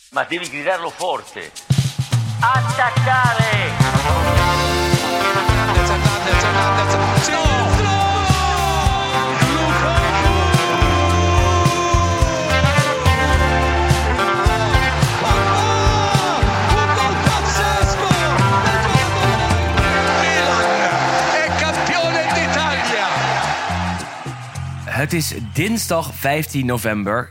Ma devi gridarlo forte. Attaccare! Het is dinsdag 15 november,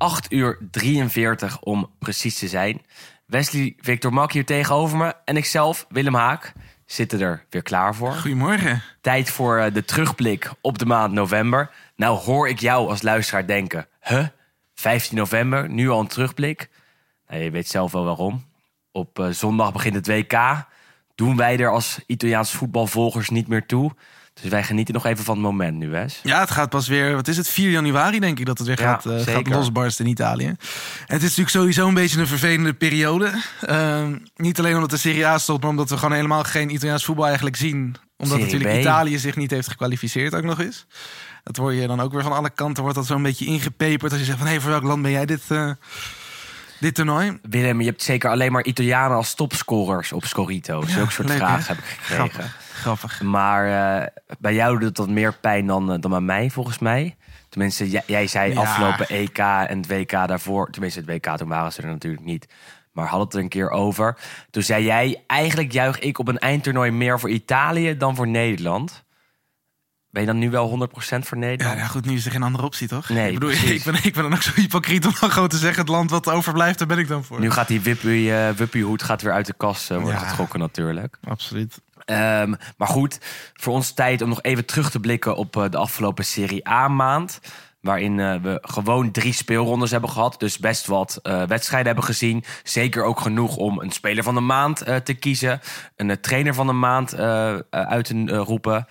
8:43 om precies te zijn. Wesley Victor Mak hier tegenover me en ikzelf, Willem Haak, zitten er weer klaar voor. Goedemorgen. Tijd voor de terugblik op de maand november. Nou hoor ik jou als luisteraar denken, 15 november, nu al een terugblik? Nou, je weet zelf wel waarom. Op zondag begint het WK. Doen wij er als Italiaans voetbalvolgers niet meer toe. Dus wij genieten nog even van het moment nu, Wes. Ja, het gaat pas weer, 4 januari denk ik dat het weer gaat losbarsten in Italië. En het is natuurlijk sowieso een beetje een vervelende periode. Niet alleen omdat de Serie A stopt, maar omdat we gewoon helemaal geen Italiaans voetbal eigenlijk zien. Omdat Serie natuurlijk B. Italië zich niet heeft gekwalificeerd ook nog eens. Dat word je dan ook weer van alle kanten, wordt dat zo'n beetje ingepeperd. Als je zegt van, hé, voor welk land ben jij dit toernooi? Willem, je hebt zeker alleen maar Italianen als topscorers op Scorito. Zulke soort leuk, vragen hè? heb ik gekregen. Grappig. Maar bij jou doet het wat meer pijn dan bij mij, volgens mij. Tenminste, jij zei afgelopen EK en het WK daarvoor. Tenminste, het WK, toen waren ze er natuurlijk niet. Maar hadden het er een keer over. Toen zei jij, eigenlijk juich ik op een eindtoernooi meer voor Italië dan voor Nederland. Ben je dan nu wel 100% voor Nederland? Ja, goed, nu is er geen andere optie, toch? Nee, ik bedoel, precies. ik ben dan ook zo hypocriet om dan gewoon te zeggen, het land wat overblijft, daar ben ik dan voor. Nu gaat die Wuppie-hoed gaat weer uit de kast worden getrokken natuurlijk. Absoluut. Maar goed, voor ons tijd om nog even terug te blikken op de afgelopen Serie A-maand. Waarin we gewoon 3 speelrondes hebben gehad. Dus best wat wedstrijden hebben gezien. Zeker ook genoeg om een speler van de maand te kiezen. Een trainer van de maand uit te roepen.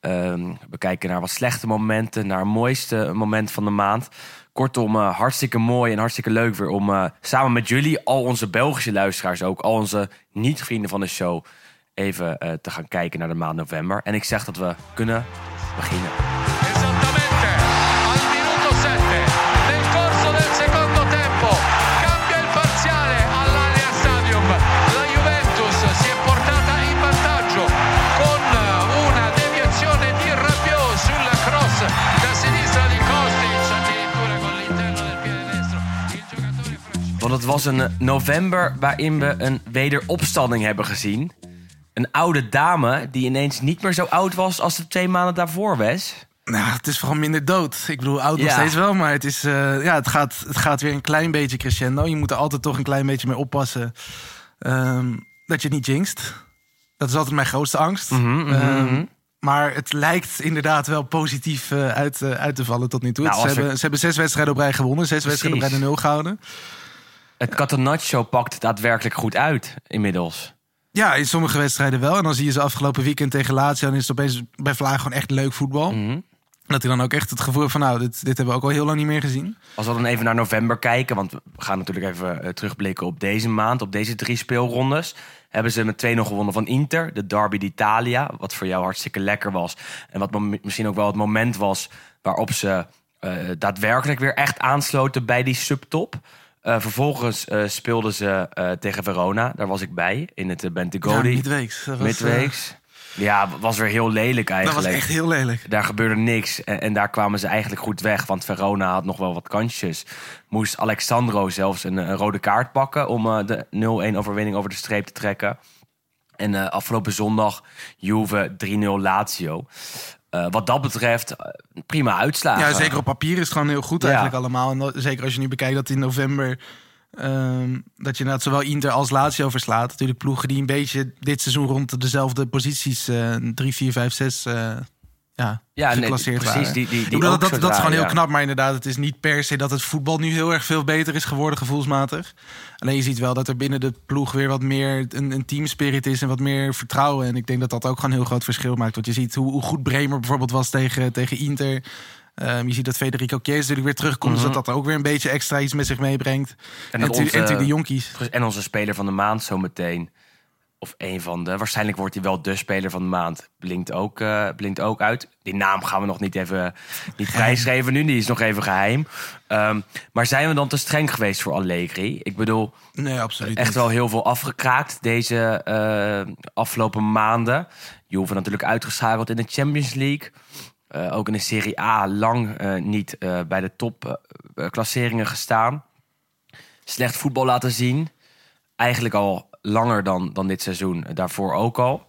We kijken naar wat slechte momenten. Naar het mooiste moment van de maand. Kortom, hartstikke mooi en hartstikke leuk weer om samen met jullie, al onze Belgische luisteraars ook, al onze niet-vrienden van de show, even te gaan kijken naar de maand november. En ik zeg dat we kunnen beginnen. Esattamente al minuto 7 nel corso del secondo tempo cambia il parziale all'Allianz Stadium. La Juventus si è portata in vantaggio con una deviazione di Rabiot sul cross da sinistra di Kostic, addirittura con l'interno del piede destro. Il giocatore francese. Want het was een november waarin we een wederopstanding hebben gezien. Een oude dame die ineens niet meer zo oud was als de 2 maanden daarvoor, Wes. Nou, het is vooral minder dood. Ik bedoel, oud nog steeds wel, maar het is, het gaat weer een klein beetje crescendo. Je moet er altijd toch een klein beetje mee oppassen dat je het niet jinxt. Dat is altijd mijn grootste angst. Maar het lijkt inderdaad wel positief uit te vallen tot nu toe. Nou, Ze hebben 6 wedstrijden op rij gewonnen, 6 wedstrijden op rij de 0 gehouden. Het Catenaccio pakt daadwerkelijk goed uit inmiddels. Ja, in sommige wedstrijden wel. En dan zie je ze afgelopen weekend tegen Lazio, en is het opeens bij Vlaag gewoon echt leuk voetbal. Dat hij dan ook echt het gevoel van, nou, dit hebben we ook al heel lang niet meer gezien. Als we dan even naar november kijken, want we gaan natuurlijk even terugblikken op deze maand, op deze 3 speelrondes. Hebben ze met 2-0 gewonnen van Inter, de Derby d'Italia, wat voor jou hartstikke lekker was. En wat misschien ook wel het moment was waarop ze daadwerkelijk weer echt aansloten bij die subtop. Vervolgens speelden ze tegen Verona. Daar was ik bij, in het Bentegodi. Ja, midweeks. Ja, was weer heel lelijk eigenlijk. Dat was echt heel lelijk. Daar gebeurde niks. En daar kwamen ze eigenlijk goed weg. Want Verona had nog wel wat kansjes. Moest Alexandro zelfs een rode kaart pakken om de 0-1 overwinning over de streep te trekken. En afgelopen zondag Juve 3-0 Lazio. Wat dat betreft, prima uitslagen. Ja, zeker op papier is het gewoon heel goed eigenlijk allemaal. En zeker als je nu bekijkt dat in november dat je inderdaad zowel Inter als Lazio verslaat. Natuurlijk ploegen die een beetje dit seizoen rond dezelfde posities 3, 4, 5, 6 geclasseerd waren. Die dat is gewoon heel knap, maar inderdaad, het is niet per se dat het voetbal nu heel erg veel beter is geworden gevoelsmatig. Alleen je ziet wel dat er binnen de ploeg weer wat meer een teamspirit is en wat meer vertrouwen. En ik denk dat dat ook gewoon een heel groot verschil maakt. Want je ziet hoe goed Bremer bijvoorbeeld was tegen Inter. Je ziet dat Federico Chiesa natuurlijk weer terugkomt, dus dat ook weer een beetje extra iets met zich meebrengt. En natuurlijk de jonkies. En onze speler van de maand zometeen. Of een van de. Waarschijnlijk wordt hij wel de speler van de maand. Blinkt ook uit. Die naam gaan we nog niet prijsgeven nu. Die is nog even geheim. Maar zijn we dan te streng geweest voor Allegri? Ik bedoel, Nee, absoluut echt niet. wel heel veel afgekraakt deze afgelopen maanden. Juve natuurlijk uitgeschakeld in de Champions League. Ook in de Serie A lang niet bij de topklasseringen gestaan. Slecht voetbal laten zien. Eigenlijk al langer dan dit seizoen. Daarvoor ook al.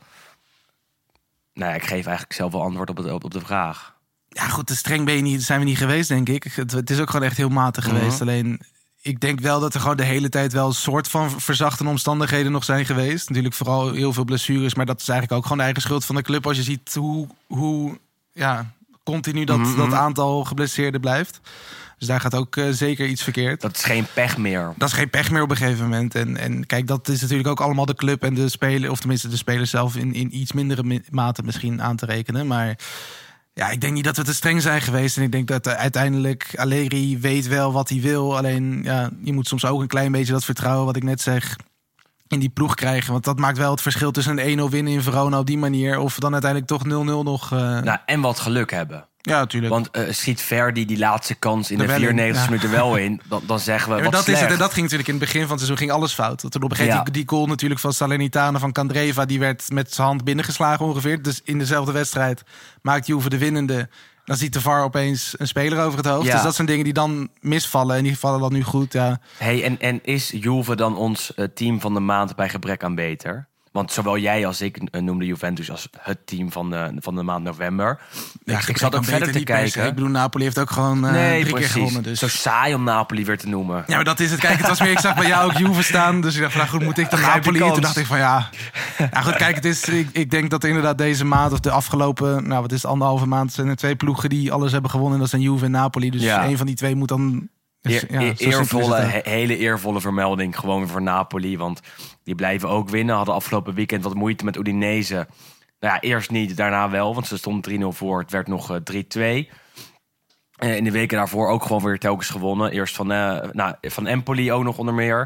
Nou ja, ik geef eigenlijk zelf wel antwoord op de vraag. Ja, goed, te streng zijn we niet geweest, denk ik. Het is ook gewoon echt heel matig geweest. Alleen, ik denk wel dat er gewoon de hele tijd wel een soort van verzachtende omstandigheden nog zijn geweest. Natuurlijk vooral heel veel blessures, maar dat is eigenlijk ook gewoon de eigen schuld van de club. Als je ziet hoe continu dat aantal geblesseerden blijft. Dus daar gaat ook zeker iets verkeerd. Dat is geen pech meer. Dat is geen pech meer op een gegeven moment. En kijk, dat is natuurlijk ook allemaal de club en de speler, of tenminste de spelers zelf in iets mindere mate misschien aan te rekenen. Maar ja, ik denk niet dat we te streng zijn geweest. En ik denk dat uiteindelijk Allegri weet wel wat hij wil. Alleen, ja, je moet soms ook een klein beetje dat vertrouwen, wat ik net zeg, in die ploeg krijgen. Want dat maakt wel het verschil tussen een 1-0 winnen in Verona op die manier, of dan uiteindelijk toch 0-0 nog. Nou, en wat geluk hebben. Ja, natuurlijk. Want schiet Verdi die laatste kans in de wel in, 94 ja. minuten wel in. Dan zeggen we, Ja, wat dat slecht. is het. En dat ging natuurlijk in het begin van het seizoen ging alles fout. Toen op een gegeven moment die goal natuurlijk van Salernitana, van Candreva, die werd met zijn hand binnengeslagen ongeveer. Dus in dezelfde wedstrijd maakt Juve de winnende. Dan ziet de VAR opeens een speler over het hoofd. Ja. Dus dat zijn dingen die dan misvallen. En die vallen dan nu goed, ja. Hey, en is Juve dan ons team van de maand bij gebrek aan beter? Want zowel jij als ik noemde Juventus als het team van de maand november. Ik zat ook verder te kijken. Ik bedoel, Napoli heeft ook gewoon 3 keer gewonnen. Dus. Zo saai om Napoli weer te noemen. Ja, maar dat is het. Kijk, het was meer, ik zag bij jou ook Juve staan. Dus ik dacht van, nou goed, moet ik dan Grijp de Napoli? kans. Toen dacht ik van, ja. Nou goed, kijk, het is, ik denk dat inderdaad deze maand of de afgelopen, nou wat is het, 1,5 maand, zijn er 2 ploegen die alles hebben gewonnen. Dat zijn Juve en Napoli. Dus een van die 2 moet dan. Dus, zo simpel is het. Hele eervolle vermelding gewoon weer voor Napoli. Want die blijven ook winnen. Hadden afgelopen weekend wat moeite met Udinese. Nou ja, eerst niet, daarna wel. Want ze stond 3-0 voor. Het werd nog 3-2. In de weken daarvoor ook gewoon weer telkens gewonnen. Eerst van Empoli ook nog onder meer.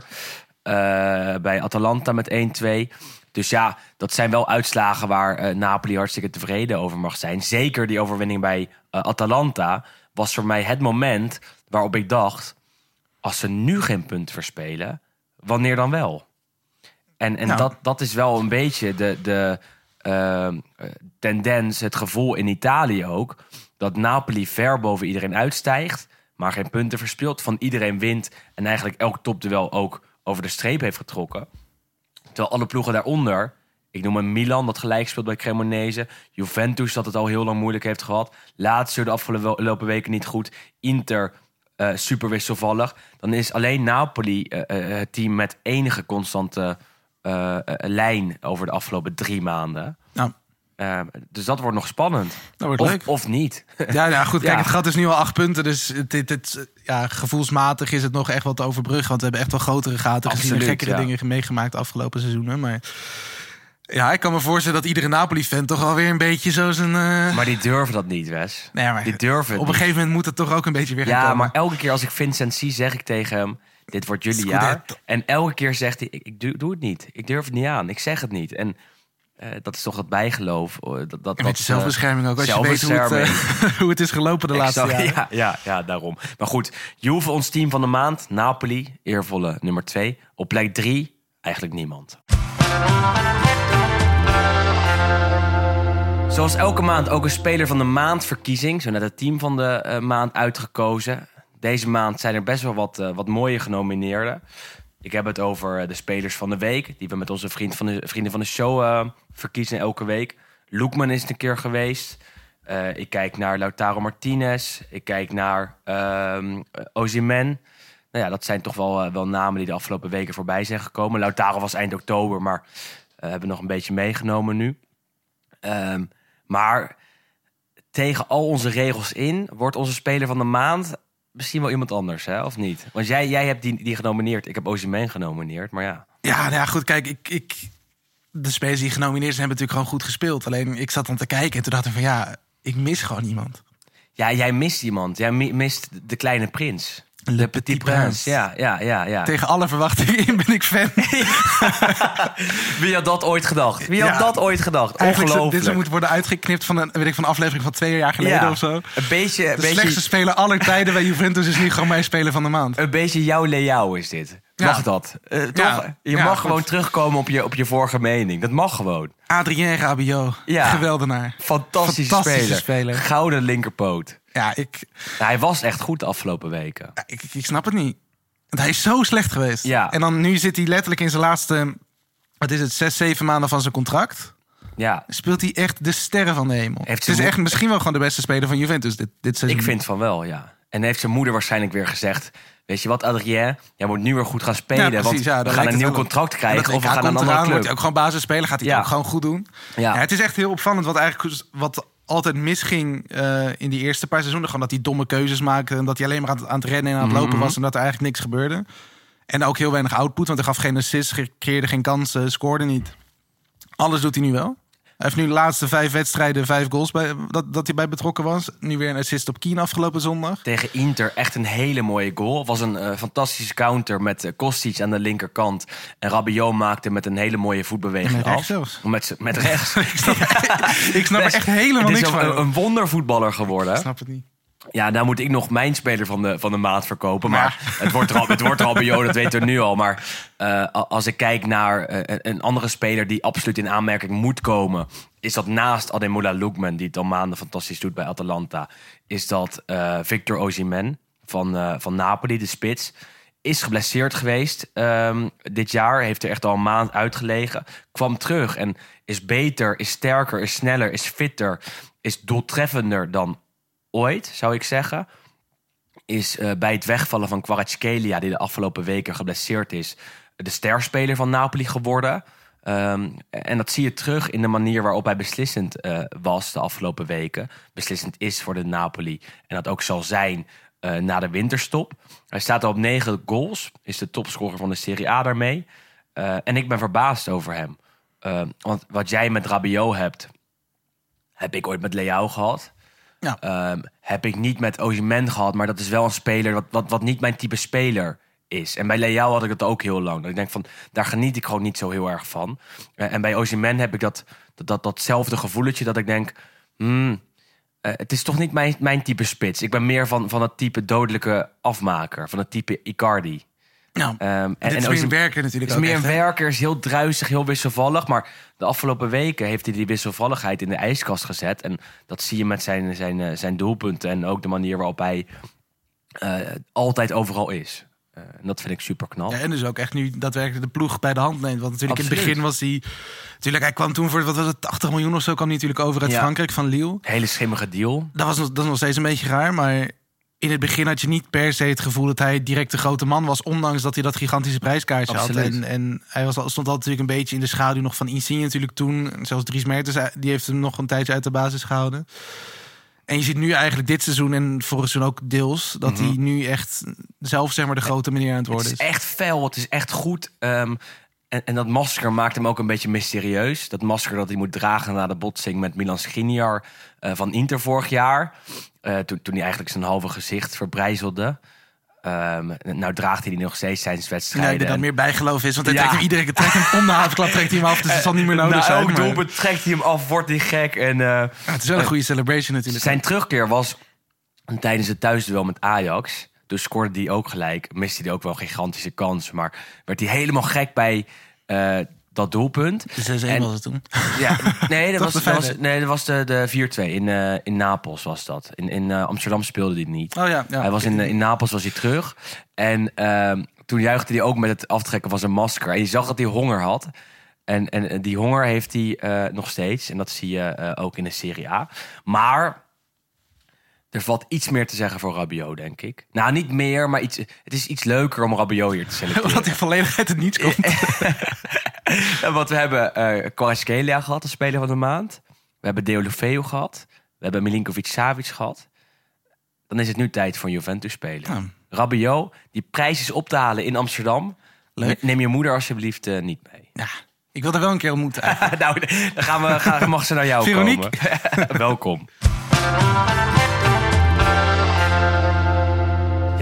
Bij Atalanta met 1-2. Dus ja, dat zijn wel uitslagen waar Napoli hartstikke tevreden over mag zijn. Zeker die overwinning bij Atalanta was voor mij het moment waarop ik dacht, als ze nu geen punten verspelen, wanneer dan wel? En dat is wel een beetje de tendens, het gevoel in Italië ook, dat Napoli ver boven iedereen uitstijgt, maar geen punten verspeelt, van iedereen wint en eigenlijk elk topduel ook over de streep heeft getrokken. Terwijl alle ploegen daaronder, ik noem een Milan dat gelijk speelt bij Cremonese, Juventus dat het al heel lang moeilijk heeft gehad, Lazio de afgelopen weken niet goed, Inter super wisselvallig. Dan is alleen Napoli het team met enige constante lijn over de afgelopen 3 maanden. Nou, dus dat wordt nog spannend. dat wordt leuk. Of niet. Ja, goed. Kijk, Ja. het gat is nu al 8 punten. Dus gevoelsmatig is het nog echt wat te overbruggen. Want we hebben echt wel grotere gaten gezien en Absoluut, gekkere dingen meegemaakt de afgelopen seizoenen. Maar ja, ik kan me voorstellen dat iedere Napoli-fan toch alweer een beetje zo zijn. Maar die durven dat niet, Wes. Nee, maar Die durven het op een niet. gegeven moment moet het toch ook een beetje weer gaan Ja, komen. maar elke keer als ik Vincent zie, zeg ik tegen hem, dit wordt jullie Scudetto. jaar. En elke keer zegt hij, ik doe het niet. Ik durf het niet aan. Ik zeg het niet. En dat is toch dat bijgeloof. Dat En met je zelfbescherming ook. Als je weet hoe het is gelopen de laatste jaren. Ja, daarom. Maar goed, Juve ons team van de maand. Napoli, eervolle nummer 2. Op plek 3, eigenlijk niemand. Zoals elke maand ook een speler van de maand verkiezing. Zo net het team van de maand uitgekozen. Deze maand zijn er best wel wat mooie genomineerden. Ik heb het over de spelers van de week. Die we met onze vrienden van de show verkiezen elke week. Loekman is het een keer geweest. Ik kijk naar Lautaro Martinez. Ik kijk naar Osimhen. Nou ja, dat zijn toch wel namen die de afgelopen weken voorbij zijn gekomen. Lautaro was eind oktober, maar hebben we nog een beetje meegenomen nu. Maar tegen al onze regels in wordt onze speler van de maand misschien wel iemand anders, hè? Of niet? Want jij hebt die genomineerd. Ik heb Osimhen genomineerd, maar ja. Ja, nou ja, goed, kijk, de spelers die genomineerd zijn hebben natuurlijk gewoon goed gespeeld. Alleen ik zat dan te kijken en toen dacht ik van ja, ik mis gewoon iemand. Ja, jij mist iemand. Jij mist de kleine prins. Le Petit Prince. Ja. Tegen alle verwachtingen in ben ik fan. Wie had dat ooit gedacht? Ongelooflijk. Dit moet worden uitgeknipt van een aflevering van 2 jaar geleden of zo. Een beetje, slechtste speler aller tijden bij Juventus is nu gewoon mijn speler van de maand. Een beetje jouw Leao is dit. Mag dat? Toch? Je mag gewoon terugkomen op je vorige mening. Dat mag gewoon. Adrien Rabiot. Geweldenaar. Fantastische speler. Gouden linkerpoot. Ja, hij was echt goed de afgelopen weken. Ja, ik snap het niet. Want hij is zo slecht geweest. Ja. En dan nu zit hij letterlijk in zijn laatste... 6-7 maanden van zijn contract. Ja. Speelt hij echt de sterren van de hemel. Het is echt misschien wel gewoon de beste speler van Juventus dit seizoen. Ik vind van wel, ja. En heeft zijn moeder waarschijnlijk weer gezegd... Weet je wat, Adrien? Jij moet nu weer goed gaan spelen. Ja, precies, want we gaan een nieuw contract krijgen. Of we gaan naar een andere club. Wordt hij ook gewoon basis spelen. Gaat hij het ook gewoon goed doen. Ja. Het is echt heel opvallend. Wat altijd misging in die eerste paar seizoenen. Gewoon dat hij domme keuzes maakte. En dat hij alleen maar aan het rennen en aan het lopen was. En dat er eigenlijk niks gebeurde. En ook heel weinig output. Want hij gaf geen assists, creëerde geen kansen, scoorde niet. Alles doet hij nu wel. Hij heeft nu de laatste 5 wedstrijden 5 goals dat hij bij betrokken was. Nu weer een assist op Keane afgelopen zondag. Tegen Inter echt een hele mooie goal. Het was een fantastische counter met Kostic aan de linkerkant. En Rabiot maakte met een hele mooie voetbeweging af. Met rechts. Ik snap er echt helemaal niks van. Het is een wondervoetballer geworden. Ik snap het niet. Ja, nou moet ik nog mijn speler van de maand verkopen. Maar het wordt Rabiot, dat weten we nu al. Maar als ik kijk naar een andere speler die absoluut in aanmerking moet komen... is dat naast Ademola Lookman, die het al maanden fantastisch doet bij Atalanta... is dat Victor Osimhen van Napoli, de spits... is geblesseerd geweest dit jaar. Heeft er echt al een maand uitgelegen. Kwam terug en is beter, is sterker, is sneller, is fitter... is doeltreffender dan ooit, zou ik zeggen. Is bij het wegvallen van Kvaratskhelia, die de afgelopen weken geblesseerd is... de sterspeler van Napoli geworden. En dat zie je terug in de manier waarop hij beslissend was de afgelopen weken. Beslissend is voor de Napoli. En dat ook zal zijn na de winterstop. Hij staat al op 9 goals. Is de topscorer van de Serie A daarmee. En ik ben verbaasd over hem. Want wat jij met Rabiot hebt... heb ik ooit met Leao gehad. Ja. Heb ik niet met Osimhen gehad. Maar dat is wel een speler wat niet mijn type speler is. En bij Leao had ik het ook heel lang. Dat ik denk van, daar geniet ik gewoon niet zo heel erg van. En bij Osimhen heb ik datzelfde gevoeletje dat ik denk... het is toch niet mijn type spits. Ik ben meer van het type dodelijke afmaker. Van het type Icardi. Nou, dit is meer een werker natuurlijk. Het is meer een werker, is heel druisig, heel wisselvallig. Maar de afgelopen weken heeft hij die wisselvalligheid in de ijskast gezet. En dat zie je met zijn doelpunten. En ook de manier waarop hij altijd overal is. En dat vind ik super knap. Ja, en dus ook echt nu daadwerkelijk de ploeg bij de hand neemt. Want natuurlijk in het begin was hij... Natuurlijk, hij kwam toen voor, wat was het, 80 miljoen of zo... kwam hij natuurlijk over uit Frankrijk van Lille. Hele schimmige deal. Dat is nog steeds een beetje raar, maar... In het begin had je niet per se het gevoel dat hij direct de grote man was... ondanks dat hij dat gigantische prijskaartje had. En hij stond altijd natuurlijk een beetje in de schaduw nog van Insigne natuurlijk toen. Zelfs Dries Mertens, die heeft hem nog een tijdje uit de basis gehouden. En je ziet nu eigenlijk dit seizoen en vorig seizoen ook deels... dat hij nu echt zelf zeg maar de grote meneer aan het worden is. Het is echt fel, het is echt goed... En dat masker maakt hem ook een beetje mysterieus. Dat masker dat hij moet dragen na de botsing met Milan Skriniar van Inter vorig jaar. Toen hij eigenlijk zijn halve gezicht verbrijzelde. Nou draagt hij die nog steeds tijdens wedstrijden. Nee, er dan meer bijgeloof is. Want hij trekt hem iedere keer om de havenklap trekt hij hem af. Dus het zal niet meer nodig zijn. Elk doelpunt trekt hij hem af, wordt hij gek. En, het is wel een goede celebration natuurlijk. Zijn terugkeer was tijdens het thuisduel met Ajax... Dus scoorde hij ook gelijk. Miste hij ook wel gigantische kansen. Maar werd hij helemaal gek bij dat doelpunt. De 6-1 was het toen. Ja, nee, dat was de 4-2 in Napels was dat. In Amsterdam speelde hij niet. Oh ja. Hij was in Napels was hij terug. En toen juichte hij ook met het aftrekken van zijn masker. En je zag dat hij honger had. En die honger heeft hij nog steeds. En dat zie je ook in de Serie A. Maar... Er valt iets meer te zeggen voor Rabiot, denk ik. Nou, niet meer, maar het is iets leuker om Rabiot hier te selecteren. Omdat hij volledig uit het niets komt. Want we hebben Kvaratskhelia gehad, de speler van de maand. We hebben Deulofeu gehad. We hebben Milinkovic-Savic gehad. Dan is het nu tijd voor een Juventus-speler. Ja. Rabiot, die prijs is op te halen in Amsterdam. Leuk. Neem je moeder alsjeblieft niet mee. Ja, ik wil er wel een keer ontmoeten. Nou, dan mag ze naar jou Veronique. komen. Welkom.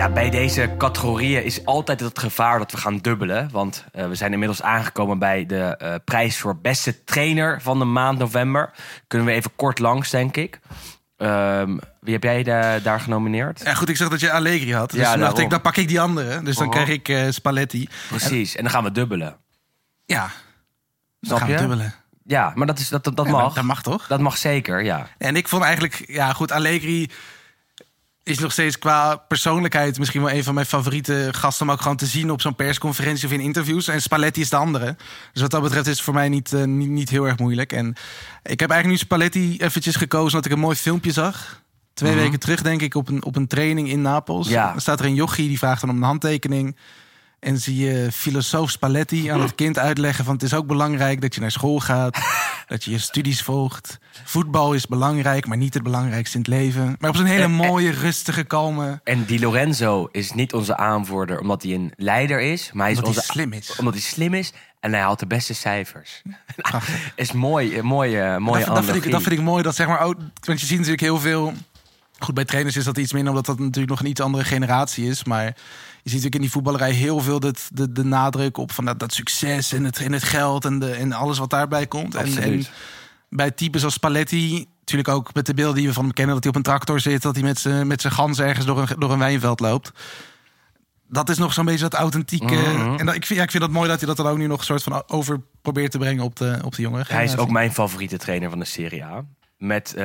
Ja, bij deze categorieën is altijd het gevaar dat we gaan dubbelen. Want we zijn inmiddels aangekomen bij de prijs voor beste trainer van de maand november. Kunnen we even kort langs, denk ik. Wie heb jij daar genomineerd? Ja, goed, ik zag dat je Allegri had. Dus Ja, toen dacht ik, daarom. dan pak ik die andere. Dus dan krijg ik Spalletti. Precies, en dan gaan we dubbelen. Ja, dan Snap gaan we je? dubbelen. Ja, maar dat Ja, mag. Dat mag toch? Dat mag zeker, ja. En ik vond eigenlijk, ja goed, Allegri is nog steeds qua persoonlijkheid misschien wel een van mijn favoriete gasten, om ook gewoon te zien op zo'n persconferentie of in interviews. En Spalletti is de andere. Dus wat dat betreft is het voor mij niet heel erg moeilijk. En ik heb eigenlijk nu Spalletti eventjes gekozen omdat ik een mooi filmpje zag. 2 weken terug, denk ik, op een training in Napels. Ja. Dan staat er een jochie, die vraagt dan om een handtekening. En zie je filosoof Spalletti aan het kind uitleggen van het is ook belangrijk dat je naar school gaat. Dat je je studies volgt. Voetbal is belangrijk, maar niet het belangrijkste in het leven. Maar op zo'n hele mooie, rustige, kalme... En Di Lorenzo is niet onze aanvoerder omdat hij een leider is. Maar hij is Omdat hij slim is. Omdat hij slim is en hij haalt de beste cijfers. Is mooie Dat vind ik mooi. Dat zeg maar ook, want je ziet natuurlijk heel veel... Goed, bij trainers is dat iets minder, omdat dat natuurlijk nog een iets andere generatie is. Maar je ziet natuurlijk in die voetballerij heel veel de nadruk op van dat succes en het geld en alles wat daarbij komt. En bij types als Spalletti, natuurlijk ook met de beelden die we van hem kennen, dat hij op een tractor zit, dat hij met zijn gans ergens door een wijnveld loopt. Dat is nog zo'n beetje dat authentieke. En ik vind dat mooi dat hij dat dan ook nu nog een soort van over probeert te brengen op de jongere generatie. Hij is ook mijn favoriete trainer van de Serie A. Met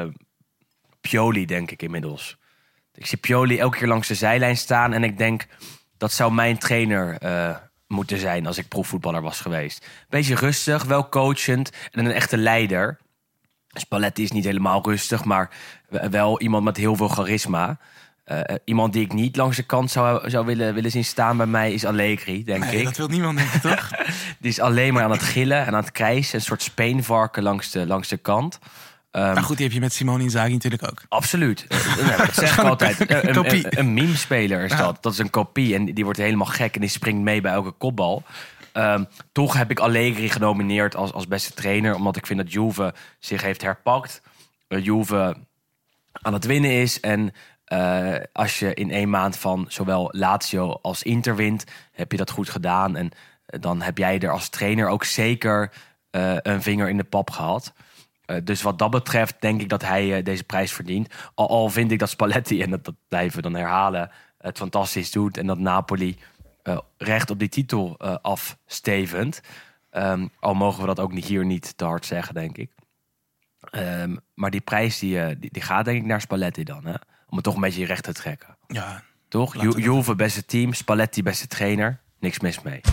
Pioli, denk ik inmiddels. Ik zie Pioli elke keer langs de zijlijn staan en ik denk, dat zou mijn trainer moeten zijn als ik profvoetballer was geweest. Beetje rustig, wel coachend en een echte leider. Spalletti is niet helemaal rustig, maar wel iemand met heel veel charisma. Iemand die ik niet langs de kant zou willen zien staan bij mij is Allegri, denk ik. Dat wil niemand, denk ik, toch? Die is alleen maar aan het gillen en aan het krijsen. Een soort speenvarken langs de kant. Maar goed, die heb je met Simone Inzaghi natuurlijk ook. Absoluut. Dat zeg ik altijd. Een meme-speler is dat. Dat is een kopie en die wordt helemaal gek en die springt mee bij elke kopbal. Toch heb ik Allegri genomineerd als beste trainer, omdat ik vind dat Juve zich heeft herpakt. Juve aan het winnen is en als je in 1 maand van zowel Lazio als Inter wint, heb je dat goed gedaan. En dan heb jij er als trainer ook zeker een vinger in de pap gehad. Dus wat dat betreft denk ik dat hij deze prijs verdient. Al vind ik dat Spalletti, en dat blijven we dan herhalen, het fantastisch doet. En dat Napoli recht op die titel afstevend. Al mogen we dat ook hier niet te hard zeggen, denk ik. Maar die prijs die gaat denk ik naar Spalletti dan. Hè? Om het toch een beetje recht te trekken. Ja. Toch? Juve beste team, Spalletti beste trainer. Niks mis mee.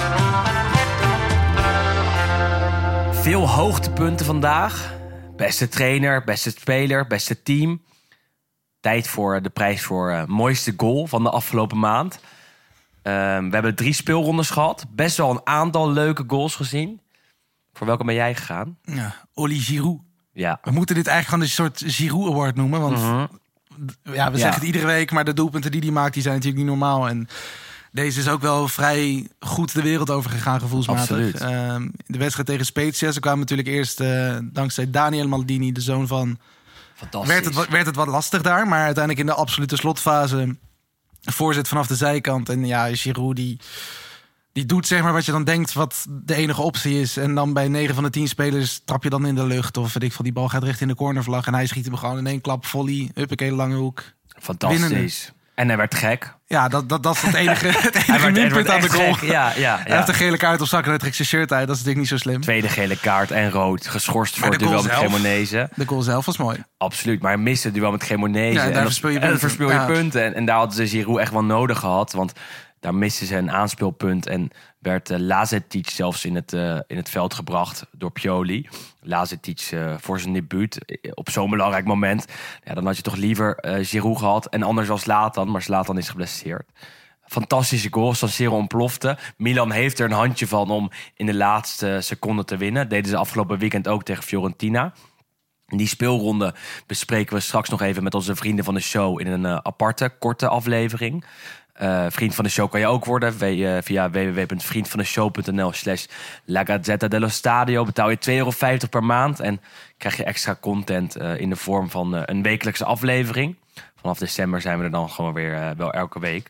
Veel hoogtepunten vandaag. Beste trainer, beste speler, beste team. Tijd voor de prijs voor mooiste goal van de afgelopen maand. We hebben 3 speelrondes gehad. Best wel een aantal leuke goals gezien. Voor welke ben jij gegaan? Ja, Oli Giroud. Ja. We moeten dit eigenlijk gewoon een soort Giroud Award noemen. Want ja, we zeggen het iedere week, maar de doelpunten die hij maakt, die zijn natuurlijk niet normaal. En deze is ook wel vrij goed de wereld over gegaan, gevoelsmatig. De wedstrijd tegen Spezia, ze kwamen natuurlijk eerst dankzij Daniel Maldini, de zoon van... Fantastisch. Werd het wat lastig daar, maar uiteindelijk in de absolute slotfase voorzet vanaf de zijkant. En ja, Giroud die doet zeg maar wat je dan denkt wat de enige optie is. En dan bij 9 van de 10 spelers trap je dan in de lucht. Of weet ik veel, die bal gaat recht in de cornervlag. En hij schiet hem gewoon in 1 klap volley. Huppakee, lange hoek. Fantastisch. Winnende. En hij werd gek. Ja, dat is het enige minpunt aan de goal. Ja. Hij heeft een gele kaart op zak en hij trekt zijn shirt uit. Dat is natuurlijk niet zo slim. Tweede gele kaart en rood. Geschorst voor Maar het duel met Cremonese. De goal zelf was mooi. Absoluut, maar hij miste het duel met Cremonese. Ja, en daar verspil je punten. En daar hadden ze Giroud echt wel nodig gehad. Want daar misten ze een aanspeelpunt. En werd Lazetic zelfs in het veld gebracht door Pioli. Lazetic voor zijn debuut op zo'n belangrijk moment. Ja, dan had je toch liever Giroud gehad. En anders was Zlatan, maar Zlatan is geblesseerd. Fantastische goal, San Siro ontplofte. Milan heeft er een handje van om in de laatste seconde te winnen. Deden ze afgelopen weekend ook tegen Fiorentina. Die speelronde bespreken we straks nog even met onze vrienden van de show in een aparte, korte aflevering. Vriend van de show kan je ook worden via www.vriendvandeshow.nl/La Gazzetta dello Stadio. Betaal je €2,50 per maand en krijg je extra content in de vorm van een wekelijkse aflevering. Vanaf december zijn we er dan gewoon weer wel elke week.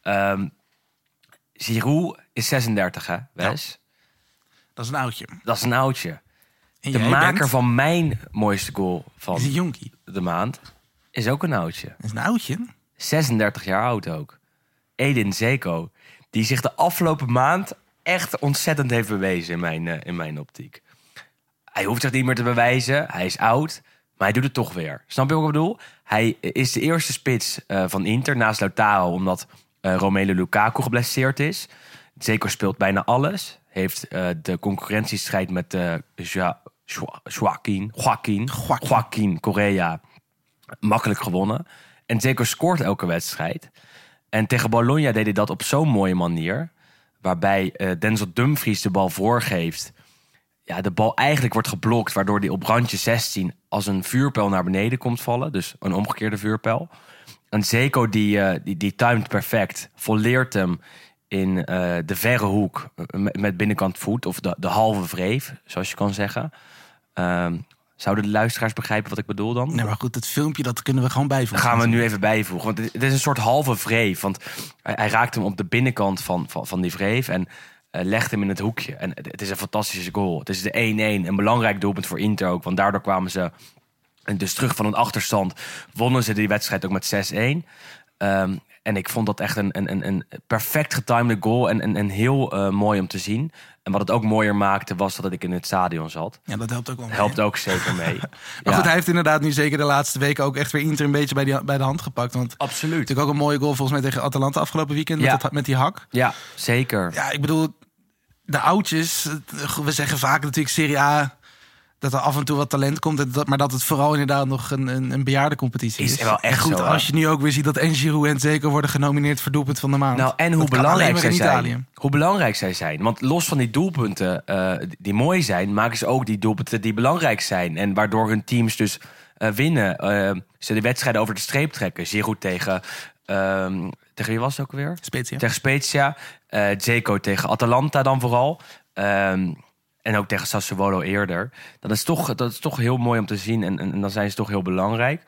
Giroud is 36, hè, Wes? Ja. Dat is een oudje. Dat is een oudje. En De jij maker bent- van mijn mooiste goal van is een jonkie. de maand is ook een oudje. Dat is een oudje. 36 jaar oud ook. Edin Dzeko. Die zich de afgelopen maand echt ontzettend heeft bewezen in mijn optiek. Hij hoeft zich niet meer te bewijzen. Hij is oud. Maar hij doet het toch weer. Snap je wat ik bedoel? Hij is de eerste spits van Inter naast Lautaro. Omdat Romelu Lukaku geblesseerd is. Dzeko speelt bijna alles. Heeft de concurrentiestrijd met Joaquin Correa makkelijk gewonnen. En Dzeko scoort elke wedstrijd. En tegen Bologna deed hij dat op zo'n mooie manier. Waarbij Denzel Dumfries de bal voorgeeft. Ja, de bal eigenlijk wordt geblokt. Waardoor hij op randje 16 als een vuurpijl naar beneden komt vallen. Dus een omgekeerde vuurpijl. En Dzeko die timed perfect. Volleert hem in de verre hoek. Met binnenkant voet. Of de halve wreef, zoals je kan zeggen. Zouden de luisteraars begrijpen wat ik bedoel dan? Nee, maar goed, het filmpje dat kunnen we gewoon bijvoegen. Dat gaan we nu even bijvoegen. Want het is een soort halve wreef. Want hij raakt hem op de binnenkant van die wreef. En legt hem in het hoekje. En het is een fantastische goal. Het is de 1-1. Een belangrijk doelpunt voor Inter ook. Want daardoor kwamen ze dus terug van een achterstand. Wonnen ze die wedstrijd ook met 6-1. En ik vond dat echt een perfect getimede goal. En heel mooi om te zien. En wat het ook mooier maakte, was dat ik in het stadion zat. Ja, dat helpt ook wel mee. Helpt ook zeker mee. Maar goed, hij heeft inderdaad nu zeker de laatste weken ook echt weer Inter een beetje bij de hand gepakt. Want Absoluut. natuurlijk ook een mooie goal volgens mij tegen Atalanta afgelopen weekend met die hak. Ja, zeker. Ja, ik bedoel, de oudjes, we zeggen vaak natuurlijk Serie A, dat er af en toe wat talent komt. Maar dat het vooral inderdaad nog een bejaardencompetitie is. Is wel echt en goed, zo, als je nu ook weer ziet dat en Giroud en Dzeko worden genomineerd voor doelpunt van de maand. Nou, en hoe Dat kan alleen belangrijk maar zij in zijn. Italië. Hoe belangrijk zij zijn. Want los van die doelpunten die mooi zijn, maken ze ook die doelpunten die belangrijk zijn. En waardoor hun teams dus winnen. Ze de wedstrijden over de streep trekken. Giroud tegen wie was het ook weer? Spezia. Tegen Spezia. Dzeko tegen Atalanta dan vooral. En ook tegen Sassuolo eerder. Dat is toch heel mooi om te zien. En dan zijn ze toch heel belangrijk.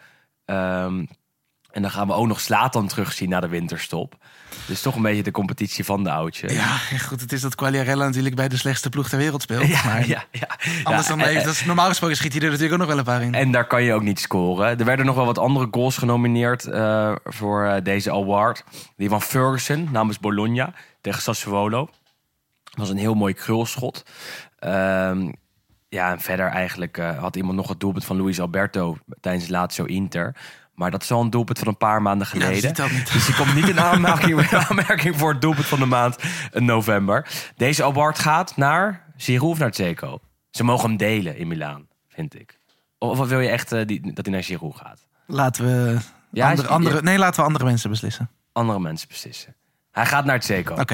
En dan gaan we ook nog Zlatan terugzien na de winterstop. Dus toch een beetje de competitie van de oudje. Ja, goed, het is dat Quagliarella natuurlijk bij de slechtste ploeg ter wereld speelt. Ja, maar ja. anders dan normaal gesproken schiet hij er natuurlijk ook nog wel een paar in. En daar kan je ook niet scoren. Er werden nog wel wat andere goals genomineerd voor deze award. Die van Ferguson namens Bologna tegen Sassuolo. Dat was een heel mooi krulschot. En verder eigenlijk had iemand nog het doelpunt van Luis Alberto tijdens Lazio Inter. Maar dat is al een doelpunt van een paar maanden geleden. Ja, dat ziet dat niet. Dus die komt niet in aanmerking voor het doelpunt van de maand in november. Deze award gaat naar Giroud of naar Dzeko? Ze mogen hem delen in Milaan, vind ik. Of wil je echt dat hij naar Giroud gaat? Laten we laten we andere mensen beslissen. Andere mensen beslissen. Hij gaat naar Dzeko. Oké.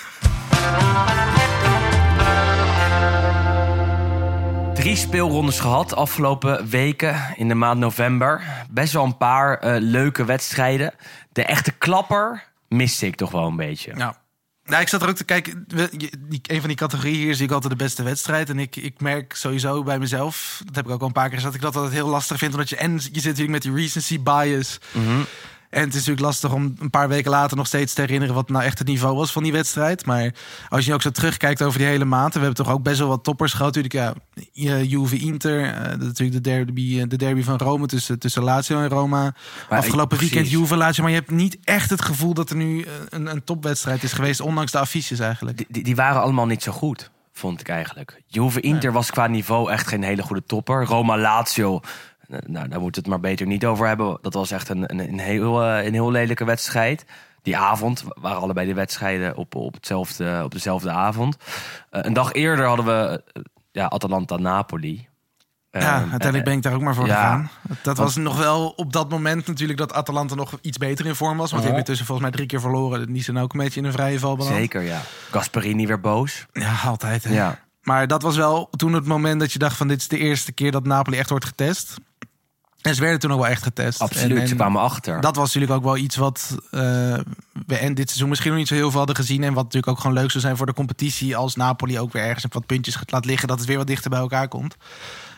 3 speelrondes gehad afgelopen weken in de maand november. Best wel een paar leuke wedstrijden. De echte klapper miste ik toch wel een beetje. Ja. Nou, ik zat er ook te kijken. Een van die categorieën hier zie ik altijd de beste wedstrijd. En ik merk sowieso bij mezelf, dat heb ik ook al een paar keer gezegd, dat ik dat altijd heel lastig vind. Omdat je zit natuurlijk met die recency bias. Mm-hmm. En het is natuurlijk lastig om een paar weken later nog steeds te herinneren wat nou echt het niveau was van die wedstrijd. Maar als je ook zo terugkijkt over die hele maand. We hebben toch ook best wel wat toppers gehad. Natuurlijk, Juve Inter. Natuurlijk de derby van Rome tussen Lazio en Roma. Maar Afgelopen weekend precies. Juve Lazio. Maar je hebt niet echt het gevoel dat er nu een topwedstrijd is geweest. Ondanks de affiches eigenlijk. Die waren allemaal niet zo goed, vond ik eigenlijk. Juve Inter was qua niveau echt geen hele goede topper. Roma Lazio, nou, daar moeten we het maar beter niet over hebben. Dat was echt een heel lelijke wedstrijd. Die avond waren allebei de wedstrijden op dezelfde avond. Een dag eerder hadden we Atalanta-Napoli. Uiteindelijk ben ik daar ook maar voor ja, gegaan. Dat was nog wel op dat moment natuurlijk dat Atalanta nog iets beter in vorm was. Want die hebben tussen volgens mij 3 keer verloren. Die zijn ook een beetje in een vrije val beland. Zeker, ja. Gasperini weer boos. Ja, altijd. Hè. Ja. Maar dat was wel toen het moment dat je dacht van dit is de eerste keer dat Napoli echt wordt getest. En ze werden toen ook wel echt getest. Absoluut, en ze kwamen achter. Dat was natuurlijk ook wel iets wat we en dit seizoen misschien nog niet zo heel veel hadden gezien. En wat natuurlijk ook gewoon leuk zou zijn voor de competitie. Als Napoli ook weer ergens wat puntjes laat liggen. Dat het weer wat dichter bij elkaar komt.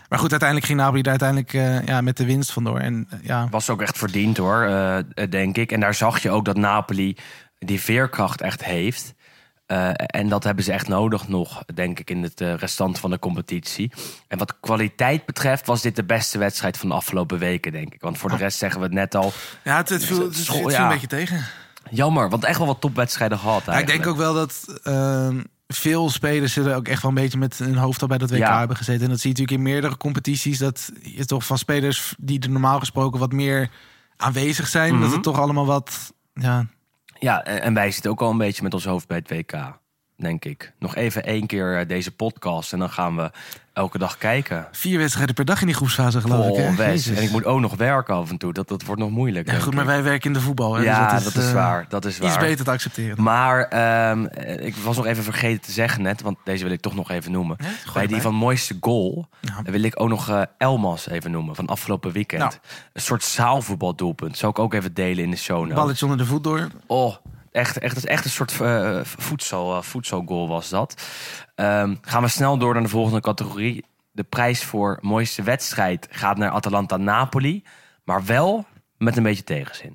Maar goed, uiteindelijk ging Napoli daar met de winst vandoor. En Was ook echt verdiend hoor, denk ik. En daar zag je ook dat Napoli die veerkracht echt heeft. En dat hebben ze echt nodig nog, denk ik, in het restant van de competitie. En wat kwaliteit betreft was dit de beste wedstrijd van de afgelopen weken, denk ik. Want voor de rest zeggen we het net al. Ja, het viel een beetje tegen. Jammer, want echt wel wat topwedstrijden gehad eigenlijk. Ik denk ook wel dat veel spelers er ook echt wel een beetje met hun hoofd al bij dat WK hebben gezeten. En dat zie je natuurlijk in meerdere competities. Dat je toch van spelers die er normaal gesproken wat meer aanwezig zijn. Dat het toch allemaal wat... Ja, en wij zitten ook al een beetje met ons hoofd bij het WK, denk ik. Nog even 1 keer deze podcast en dan gaan we elke dag kijken. 4 wedstrijden per dag in die groepsfase, geloof ik. Hè? En ik moet ook nog werken af en toe. Dat wordt nog moeilijk. Ja, goed, maar wij werken in de voetbal. Hè? Ja, dus dat is waar. Iets beter te accepteren. Maar ik was nog even vergeten te zeggen net, want deze wil ik toch nog even noemen. Bij die van mooiste goal wil ik ook nog Elmas even noemen, van afgelopen weekend. Nou. Een soort zaalvoetbaldoelpunt. Zou ik ook even delen in de show notes. Balletje onder de voet door. Oh, echt een soort voedselgoal was dat. Gaan we snel door naar de volgende categorie. De prijs voor mooiste wedstrijd gaat naar Atalanta-Napoli. Maar wel met een beetje tegenzin.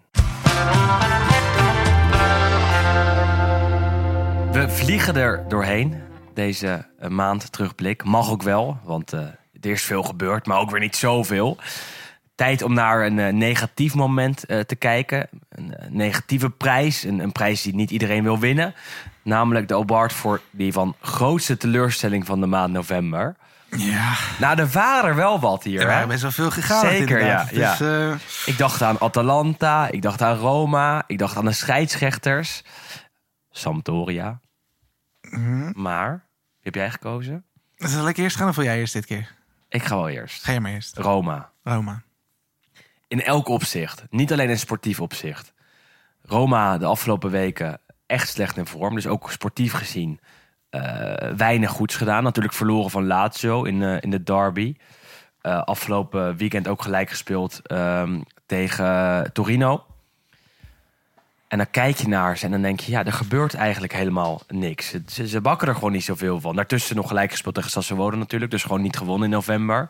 We vliegen er doorheen. Deze maand terugblik. Mag ook wel, want er is veel gebeurd. Maar ook weer niet zoveel. Tijd om naar een negatief moment te kijken. Een negatieve prijs. Een prijs die niet iedereen wil winnen. Namelijk de award voor die van grootste teleurstelling van de maand november. Ja. Nou, er waren er wel wat hier. Er waren best wel veel gegaan. Zeker, inderdaad. ja. Dus, Ik dacht aan Atalanta. Ik dacht aan Roma. Ik dacht aan de scheidsrechters. Sampdoria. Maar, wie heb jij gekozen? Zal ik eerst gaan of wil jij eerst dit keer? Ik ga wel eerst. Ga je maar eerst. Roma. In elk opzicht. Niet alleen in sportief opzicht. Roma de afgelopen weken echt slecht in vorm. Dus ook sportief gezien weinig goeds gedaan. Natuurlijk verloren van Lazio in de derby. Afgelopen weekend ook gelijk gespeeld tegen Torino. En dan kijk je naar ze en dan denk je... ja, er gebeurt eigenlijk helemaal niks. Ze bakken er gewoon niet zoveel van. Daartussen nog gelijk gespeeld tegen Sassuolo natuurlijk. Dus gewoon niet gewonnen in november.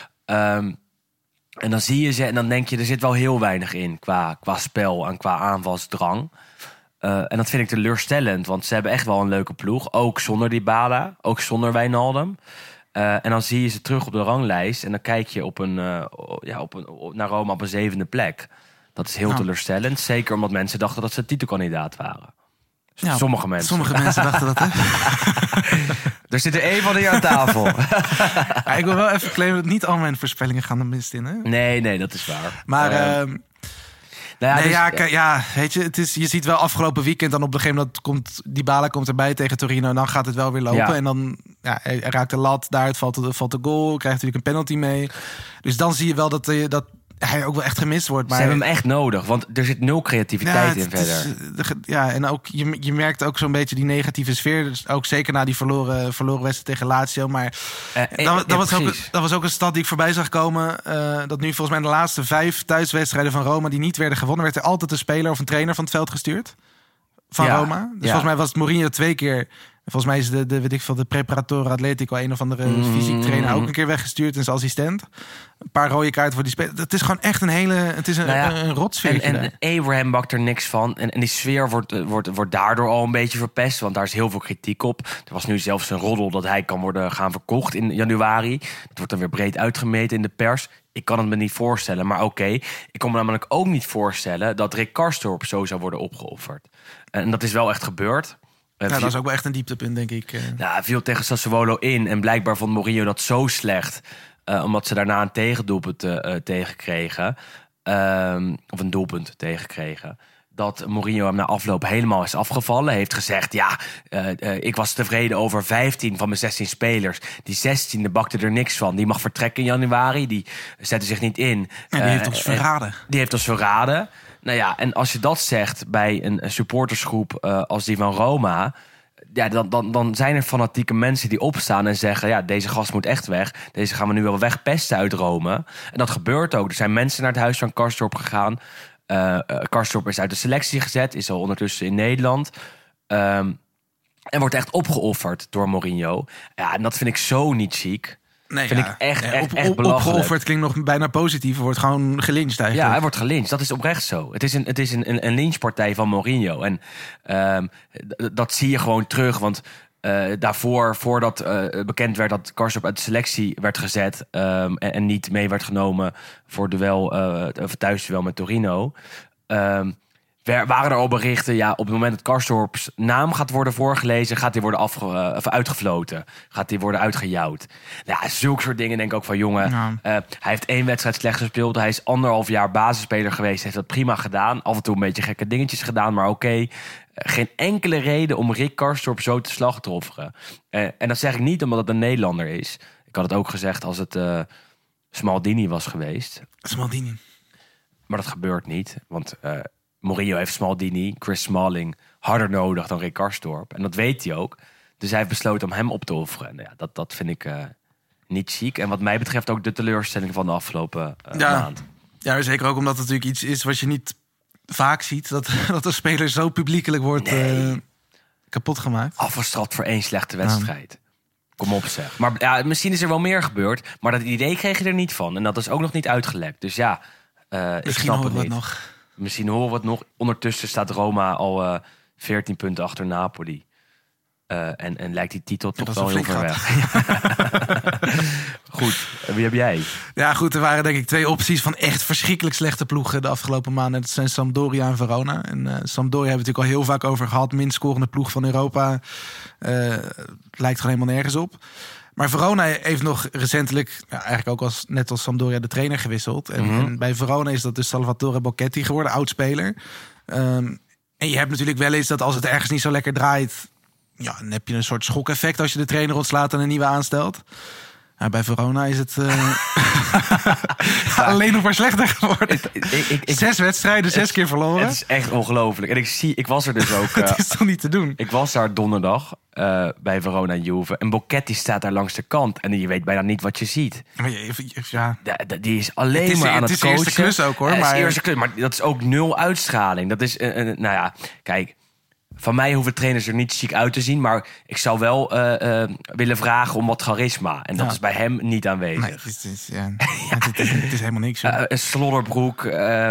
En dan zie je ze en dan denk je... er zit wel heel weinig in qua spel en qua aanvalsdrang. En dat vind ik teleurstellend. Want ze hebben echt wel een leuke ploeg. Ook zonder Dybala. Ook zonder Wijnaldum. En dan zie je ze terug op de ranglijst. En dan kijk je naar Roma op een 7e plek. Dat is heel teleurstellend. Zeker omdat mensen dachten dat ze titelkandidaat waren. Ja, sommige mensen dachten dat, hè? Er zit er 1 van hier aan tafel. Ja, ik wil wel even claimen dat niet al mijn voorspellingen gaan de mist in, hè? Nee, dat is waar. Maar... weet je, je ziet wel afgelopen weekend dan op een gegeven moment Dybala komt erbij tegen Torino en dan gaat het wel weer lopen. Ja. En dan hij raakt de lat, daaruit valt de goal, krijgt natuurlijk een penalty mee. Dus dan zie je wel dat hij ook wel echt gemist wordt. Maar ze hebben hem echt nodig, want er zit 0 creativiteit in verder. En ook je merkt ook zo'n beetje die negatieve sfeer. Dus ook zeker na die verloren wedstrijd tegen Lazio. Maar dat was ook een stad die ik voorbij zag komen. Dat nu volgens mij de laatste 5 thuiswedstrijden van Roma die niet werden gewonnen, werd er altijd een speler of een trainer van het veld gestuurd. Van Roma. Dus volgens mij was het Mourinho 2 keer. Volgens mij is de Preparatore Atletico, een of andere fysiek trainer, ook een keer weggestuurd en zijn assistent. Een paar rode kaarten voor die speler. Het is gewoon echt een rotsfeer. En Abraham bakt er niks van. En die sfeer wordt daardoor al een beetje verpest. Want daar is heel veel kritiek op. Er was nu zelfs een roddel dat hij kan worden gaan verkocht in januari. Dat wordt dan weer breed uitgemeten in de pers. Ik kan het me niet voorstellen, maar oké. Ik kon me namelijk ook niet voorstellen dat Rick Karsdorp zo zou worden opgeofferd. En dat is wel echt gebeurd. Dat is ook wel echt een dieptepunt, denk ik. Ja, viel tegen Sassuolo in. En blijkbaar vond Mourinho dat zo slecht. Omdat ze daarna een tegendoelpunt tegenkregen. Of een doelpunt tegenkregen. Dat Mourinho hem na afloop helemaal is afgevallen. Heeft gezegd, ik was tevreden over 15 van mijn 16 spelers. Die 16e bakte er niks van. Die mag vertrekken in januari. Die zette zich niet in. En die heeft ons verraden. Die heeft ons verraden. Nou ja, en als je dat zegt bij een supportersgroep als die van Roma... ja, dan zijn er fanatieke mensen die opstaan en zeggen... ja, deze gast moet echt weg. Deze gaan we nu wel wegpesten uit Rome. En dat gebeurt ook. Er zijn mensen naar het huis van Karsdorp gegaan. Karsdorp is uit de selectie gezet. Is al ondertussen in Nederland. En wordt echt opgeofferd door Mourinho. Ja, en dat vind ik zo niet chic. Nee, Vind ik echt belachelijk. Opgeofferd klinkt nog bijna positief. Wordt gewoon gelyncht eigenlijk. Ja, hij wordt gelyncht. Dat is oprecht zo. Het is een lynchpartij van Mourinho. En dat zie je gewoon terug. Want voordat bekend werd dat Karsdorp uit de selectie werd gezet... en niet mee werd genomen voor thuisduel met Torino... waren er al berichten, op het moment dat Karsdorps naam gaat worden voorgelezen... gaat hij worden uitgefloten. Gaat hij worden uitgejouwd. Ja, zulke soort dingen denk ik ook van, jongen... hij heeft 1 wedstrijd slecht gespeeld. Hij is 1,5 jaar basisspeler geweest. Heeft dat prima gedaan. Af en toe een beetje gekke dingetjes gedaan, maar oké. Geen enkele reden om Rick Karsdorp zo te slachtofferen. En dat zeg ik niet omdat het een Nederlander is. Ik had het ook gezegd als het Smaldini was geweest. Smaldini. Maar dat gebeurt niet, want... Mourinho heeft Smaldini, Chris Smalling harder nodig dan Rick Karsdorp. En dat weet hij ook. Dus hij heeft besloten om hem op te offeren. Nou ja, dat vind ik niet chic. En wat mij betreft ook de teleurstelling van de afgelopen maand. Ja, zeker ook omdat het natuurlijk iets is wat je niet vaak ziet. Dat een speler zo publiekelijk wordt kapot gemaakt. Afgestraft voor 1 slechte wedstrijd. Kom op zeg. Maar ja, misschien is er wel meer gebeurd. Maar dat idee kreeg je er niet van. En dat is ook nog niet uitgelekt. Dus ja, ik snap het niet. Nog. Misschien horen we het nog. Ondertussen staat Roma al 14 punten achter Napoli. En lijkt die titel toch wel heel ver weg. Goed, wie heb jij? Ja goed, er waren denk ik 2 opties van echt verschrikkelijk slechte ploegen de afgelopen maanden. Dat zijn Sampdoria en Verona. En Sampdoria hebben we natuurlijk al heel vaak over gehad. Minst scorende ploeg van Europa. Lijkt gewoon helemaal nergens op. Maar Verona heeft nog recentelijk, eigenlijk ook net als Sampdoria, de trainer gewisseld. En bij Verona is dat dus Salvatore Bocchetti geworden, oud-speler. En je hebt natuurlijk wel eens dat als het ergens niet zo lekker draait... Ja, dan heb je een soort schokeffect als je de trainer ontslaat en een nieuwe aanstelt. Ja, bij Verona is het alleen nog maar slechter geworden. 6 wedstrijden, 6 keer verloren. Het is echt ongelooflijk. En ik was er dus ook... Het is toch niet te doen? Ik was daar donderdag bij Verona en Juve. En Bocchetti staat daar langs de kant. En je weet bijna niet wat je ziet. Maar die is alleen maar aan het coachen. Het is eerste klus ook hoor. Maar dat is ook 0 uitstraling. Dat is, kijk... Van mij hoeven trainers er niet chic uit te zien. Maar ik zou wel willen vragen om wat charisma. En dat is bij hem niet aanwezig. Nee, het is helemaal niks. Een slodderbroek.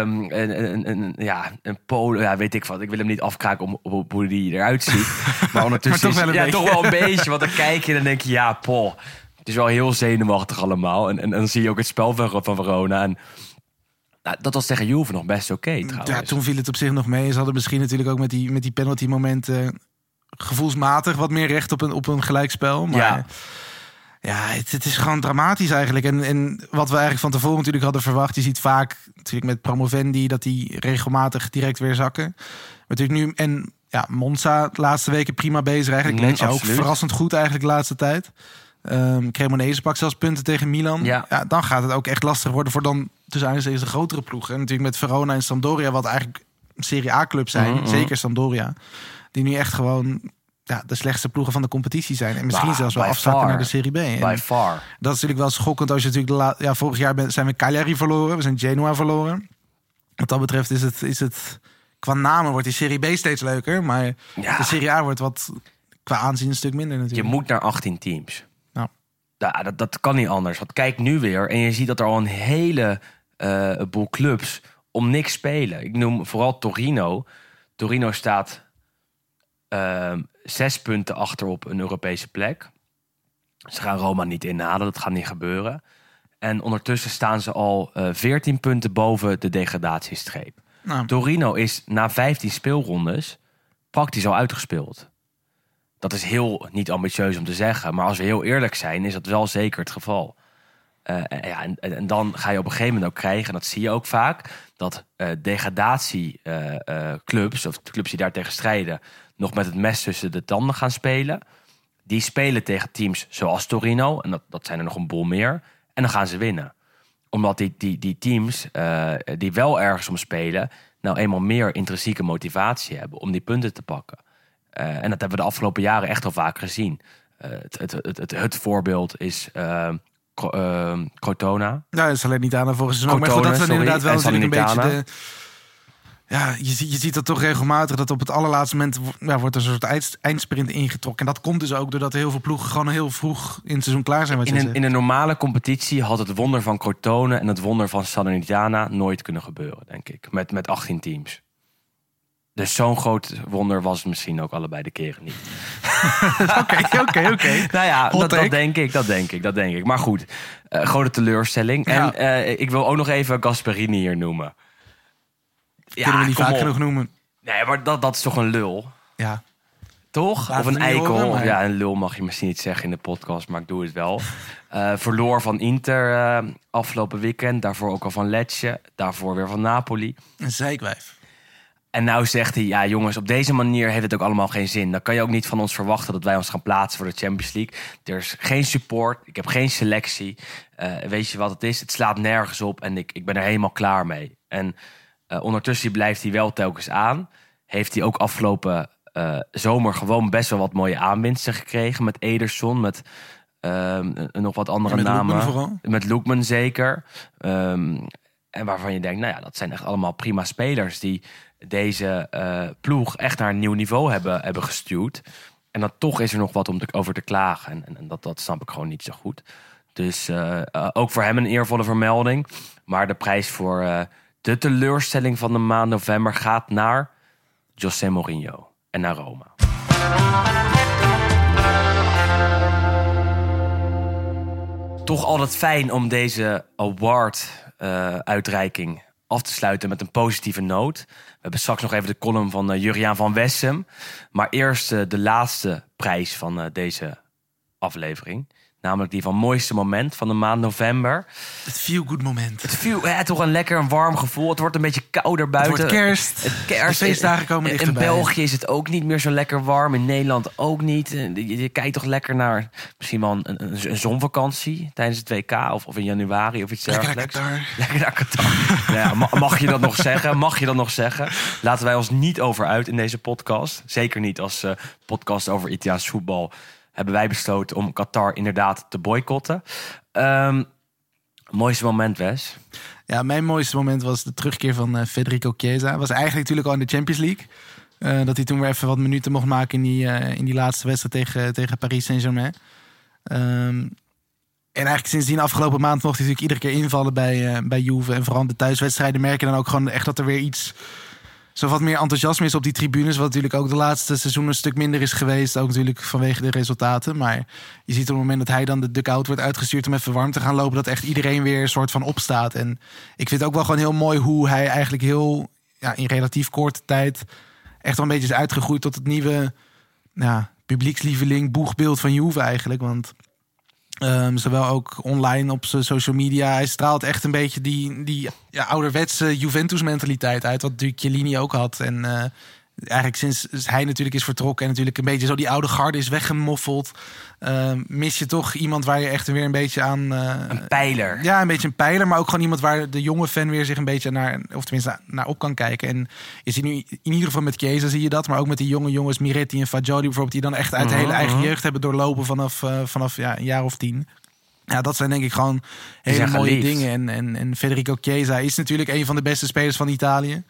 Een polo. Ja, weet ik wat. Ik wil hem niet afkraken om hoe die eruit ziet. Maar ondertussen maar toch wel een beetje. Want dan kijk je en dan denk je... Ja, het is wel heel zenuwachtig allemaal. En dan zie je ook het spel van Verona. En dat was tegen Juve nog best oké, trouwens. Ja, toen viel het op zich nog mee. Ze hadden misschien natuurlijk ook met die penalty momenten gevoelsmatig wat meer recht op een gelijkspel. Maar het is gewoon dramatisch eigenlijk. En wat we eigenlijk van tevoren natuurlijk hadden verwacht. Je ziet vaak natuurlijk met promovendi dat die regelmatig direct weer zakken. Maar natuurlijk nu en Monza de laatste weken prima bezig eigenlijk. Lecce ook verrassend goed eigenlijk de laatste tijd. Cremonese pakt zelfs punten tegen Milan. Ja, dan gaat het ook echt lastig worden voor dan tussen aanstekens de grotere ploegen. En natuurlijk met Verona en Sampdoria, wat eigenlijk een Serie A-club zijn. Zeker Sampdoria. Die nu echt gewoon de slechtste ploegen van de competitie zijn. En misschien zelfs wel afzakken naar de Serie B. By far. Dat is natuurlijk wel schokkend als je natuurlijk vorig jaar zijn we Cagliari verloren. We zijn Genoa verloren. Wat dat betreft is het qua namen wordt die Serie B steeds leuker. Maar de Serie A wordt wat qua aanzien een stuk minder natuurlijk. Je moet naar 18 teams. Dat kan niet anders. Want kijk nu weer en je ziet dat er al een hele boel clubs om niks spelen. Ik noem vooral Torino. Torino staat 6 punten achter op een Europese plek. Ze gaan Roma niet inhalen, dat gaat niet gebeuren. En ondertussen staan ze al 14 punten boven de degradatiestreep. Torino is na 15 speelrondes praktisch al uitgespeeld. Dat is heel niet ambitieus om te zeggen. Maar als we heel eerlijk zijn, is dat wel zeker het geval. En dan ga je op een gegeven moment ook krijgen... en dat zie je ook vaak... dat degradatieclubs, of de clubs die daar tegen strijden... nog met het mes tussen de tanden gaan spelen. Die spelen tegen teams zoals Torino. En dat zijn er nog een boel meer. En dan gaan ze winnen. Omdat die teams die wel ergens om spelen... nou eenmaal meer intrinsieke motivatie hebben... om die punten te pakken. En dat hebben we de afgelopen jaren echt al vaak gezien. Het voorbeeld is Crotona. Nou, dat is alleen niet aan volgens mij. Maar goed, dat is inderdaad wel natuurlijk een beetje Ja, je ziet dat toch regelmatig. Dat op het allerlaatste moment wordt er een soort eindsprint ingetrokken. En dat komt dus ook doordat heel veel ploegen gewoon heel vroeg in het seizoen klaar zijn. In een normale competitie had het wonder van Crotone en het wonder van Salernitana nooit kunnen gebeuren, denk ik. Met 18 teams. Dus zo'n groot wonder was het misschien ook allebei de keren niet. Oké. Nou ja, dat denk ik. Maar goed, grote teleurstelling. Ja. En ik wil ook nog even Gasperini hier noemen. Kunnen we niet vaak genoeg noemen. Nee, maar dat is toch een lul? Ja. Toch? Laat of een het niet eikel. horen, maar... Ja, een lul mag je misschien niet zeggen in de podcast, maar ik doe het wel. Verloor van Inter afgelopen weekend. Daarvoor ook al van Lecce. Daarvoor weer van Napoli. Een zeikwijf. En nou zegt hij, ja jongens, op deze manier heeft het ook allemaal geen zin. Dan kan je ook niet van ons verwachten dat wij ons gaan plaatsen voor de Champions League. Er is geen support, ik heb geen selectie. Weet je wat het is? Het slaat nergens op en ik ben er helemaal klaar mee. En ondertussen blijft hij wel telkens aan. Heeft hij ook afgelopen zomer gewoon best wel wat mooie aanwinsten gekregen. Met Ederson, met nog wat andere met namen. Lookman vooral. Met Lookman zeker. En waarvan je denkt, nou ja, dat zijn echt allemaal prima spelers die deze ploeg echt naar een nieuw niveau hebben gestuurd. En dan toch is er nog wat om over te klagen. En dat snap ik gewoon niet zo goed. Dus ook voor hem een eervolle vermelding. Maar de prijs voor de teleurstelling van de maand november gaat naar José Mourinho en naar Roma. Toch altijd fijn om deze award-uitreiking af te sluiten met een positieve noot. We hebben straks nog even de column van Juriaan van Wessem. Maar eerst de laatste prijs van deze aflevering. Namelijk die van mooiste moment van de maand november. Het feel-good moment. Het viel toch een lekker een warm gevoel. Het wordt een beetje kouder buiten. Het wordt kerst. De feestdagen komen dichterbij. In België is het ook niet meer zo lekker warm. In Nederland ook niet. Je kijkt toch lekker naar misschien wel een zonvakantie tijdens het WK of in januari of iets dergelijks. Lekker naar Qatar. Ja, mag je dat nog zeggen? Mag je dat nog zeggen? Laten wij ons niet over uit in deze podcast. Zeker niet als podcast over Italiaans voetbal. Hebben wij besloten om Qatar inderdaad te boycotten. Mooiste moment, Wes? Ja, mijn mooiste moment was de terugkeer van Federico Chiesa. Was eigenlijk natuurlijk al in de Champions League. Dat hij toen weer even wat minuten mocht maken in die laatste wedstrijd tegen Paris Saint-Germain. En eigenlijk sindsdien afgelopen maand mocht hij natuurlijk iedere keer invallen bij Juve. En vooral de thuiswedstrijden merken dan ook gewoon echt dat er weer iets... Zo wat meer enthousiasme is op die tribunes. Wat natuurlijk ook de laatste seizoenen een stuk minder is geweest. Ook natuurlijk vanwege de resultaten. Maar je ziet op het moment dat hij dan de dugout wordt uitgestuurd om even warm te gaan lopen, dat echt iedereen weer een soort van opstaat. En ik vind ook wel gewoon heel mooi hoe hij eigenlijk in relatief korte tijd echt wel een beetje is uitgegroeid tot het nieuwe publiekslieveling, boegbeeld van Juve eigenlijk. Want zowel ook online op zijn social media. Hij straalt echt een beetje die ouderwetse Juventus-mentaliteit uit. Wat natuurlijk Chiellini ook had. En eigenlijk sinds hij natuurlijk is vertrokken en natuurlijk een beetje zo die oude garde is weggemoffeld, mis je toch iemand waar je echt weer een beetje aan... een pijler. Ja, een beetje een pijler. Maar ook gewoon iemand waar de jonge fan weer zich een beetje naar op kan kijken. En je ziet nu in ieder geval met Chiesa zie je dat. Maar ook met die jonge jongens Miretti en Fagioli bijvoorbeeld, die dan echt uit de hele eigen jeugd hebben doorlopen vanaf een jaar of 10. Ja, dat zijn denk ik gewoon hele mooie dingen. En Federico Chiesa is natuurlijk een van de beste spelers van Italië.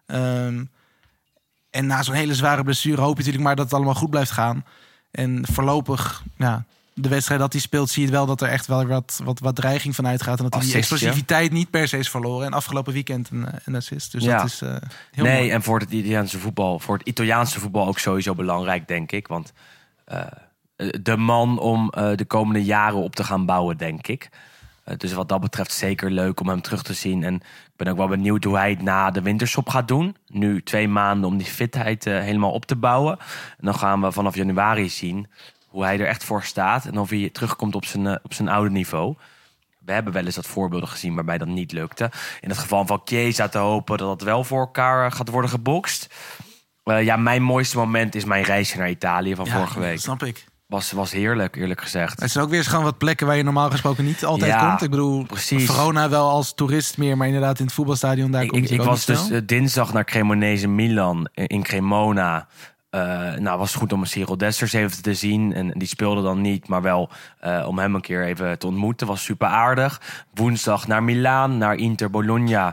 En na zo'n hele zware blessure hoop je natuurlijk maar dat het allemaal goed blijft gaan. En voorlopig, de wedstrijd dat hij speelt, zie je wel dat er echt wel wat dreiging van uitgaat. En dat hij die explosiviteit niet per se is verloren. En afgelopen weekend een assist. Dus dat is heel mooi. En voor het Italiaanse voetbal ook sowieso belangrijk, denk ik. Want de man om de komende jaren op te gaan bouwen, denk ik. Dus wat dat betreft zeker leuk om hem terug te zien. En ik ben ook wel benieuwd hoe hij het na de winterstop gaat doen. Nu 2 maanden om die fitheid helemaal op te bouwen. En dan gaan we vanaf januari zien hoe hij er echt voor staat. En of hij terugkomt op zijn oude niveau. We hebben wel eens dat voorbeelden gezien waarbij dat niet lukte. In het geval van Chiesa te hopen dat dat wel voor elkaar gaat worden gebokst. Mijn mooiste moment is mijn reisje naar Italië van vorige week. Dat snap ik. Was heerlijk, eerlijk gezegd. Het zijn ook weer eens gewoon wat plekken waar je normaal gesproken niet altijd komt. Ik bedoel, precies. Verona wel als toerist meer, maar inderdaad in het voetbalstadion daar komt ik was dus dinsdag naar Cremonese Milan in Cremona. Was het goed om Cyril Dessers even te zien. En die speelde dan niet, maar wel om hem een keer even te ontmoeten. Was super aardig. Woensdag naar Milaan, naar Inter Bologna.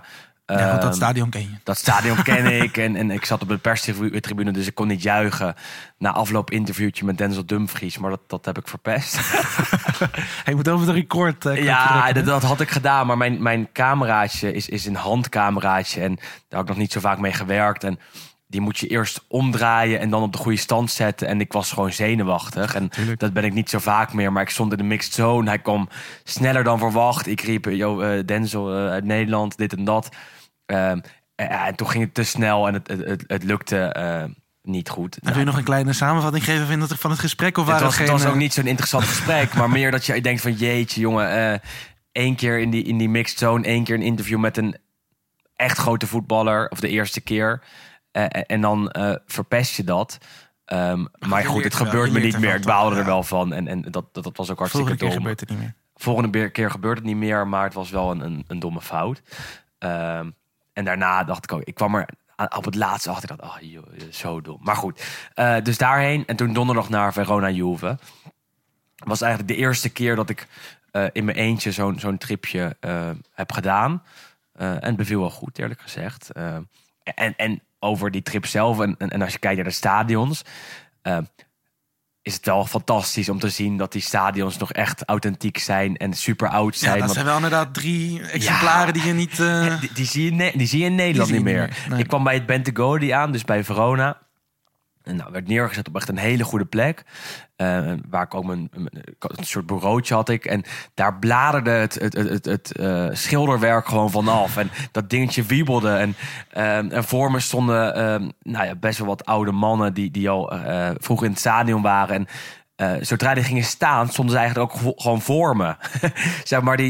Ja, goed, dat stadion ken je. Dat stadion ken ik. En ik zat op de perstribune, dus ik kon niet juichen. Na afloop interviewtje met Denzel Dumfries, maar dat heb ik verpest. Je moet over de record. Dat had ik gedaan. Maar mijn cameraatje is een handcameraatje. En daar heb ik nog niet zo vaak mee gewerkt. En die moet je eerst omdraaien en dan op de goede stand zetten. En ik was gewoon zenuwachtig. En dat ben ik niet zo vaak meer. Maar ik stond in de mixed zone. Hij kwam sneller dan verwacht. Ik riep, Denzel uit Nederland, dit en dat. En toen ging het te snel en het lukte niet goed. Wil je nog een kleine samenvatting geven van het gesprek? Of het was ook niet zo'n interessant gesprek. Maar meer dat je denkt van jeetje jongen. 1 keer in die mixed zone. 1 keer een interview met een echt grote voetballer. Of de eerste keer. En dan verpest je dat. Maar goed, het gebeurt me niet meer. Ik baalde er wel van. En dat was ook hartstikke dom. Gebeurt het niet meer. Volgende keer gebeurt het niet meer. Maar het was wel een domme fout. En daarna dacht ik ook... Ik kwam er op het laatste achter. Ik dacht, zo dom. Maar goed, dus daarheen. En toen donderdag naar Verona Juve. Was eigenlijk de eerste keer dat ik in mijn eentje zo'n tripje heb gedaan. En het beviel wel goed, eerlijk gezegd. En over die trip zelf en als je kijkt naar de stadions... is het wel fantastisch om te zien dat die stadions nog echt authentiek zijn en super oud zijn. Ja, dat zijn wel inderdaad 3 exemplaren die je niet... Die zie je in Nederland niet meer. Nee. Ik kwam bij het Bentegodi aan, dus bij Verona. En werd neergezet op echt een hele goede plek. Waar ik ook een soort bureautje had ik. En daar bladerde het schilderwerk gewoon vanaf. En dat dingetje wiebelde. En voor me stonden best wel wat oude mannen die al vroeg in het stadion waren. En zodra die gingen staan, stonden ze eigenlijk ook gewoon voor me. Zeg maar,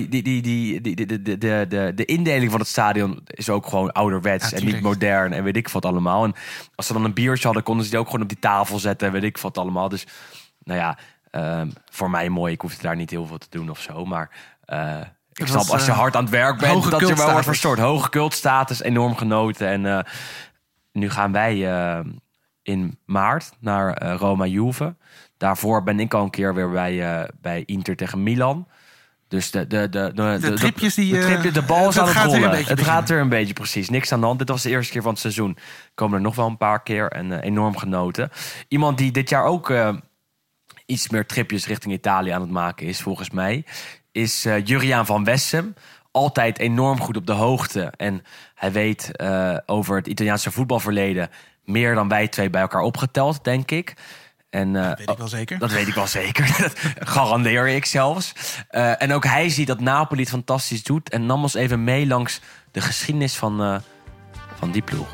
de indeling van het stadion is ook gewoon ouderwets en niet modern en weet ik wat allemaal. En als ze dan een biertje hadden, konden ze die ook gewoon op die tafel zetten en weet ik wat allemaal. Dus voor mij mooi. Ik hoefde daar niet heel veel te doen of zo. Maar ik snap als je hard aan het werk bent, dat je wel wordt verstoord. Hoge cultstatus, enorm genoten. En nu gaan wij in maart naar Roma Juve. Daarvoor ben ik al een keer weer bij Inter tegen Milan. Dus de tripjes de bal is aan het rollen. Het gaat er een beetje, precies. Niks aan de hand. Dit was de eerste keer van het seizoen. Komen er nog wel een paar keer en enorm genoten. Iemand die dit jaar ook iets meer tripjes richting Italië aan het maken is, volgens mij, is Juriaan van Wessem. Altijd enorm goed op de hoogte. En hij weet over het Italiaanse voetbalverleden meer dan wij twee bij elkaar opgeteld, denk ik. En, dat weet ik wel zeker. Dat weet ik wel zeker. Dat garandeer ik zelfs. En ook hij ziet dat Napoli het fantastisch doet. En nam ons even mee langs de geschiedenis van die ploeg.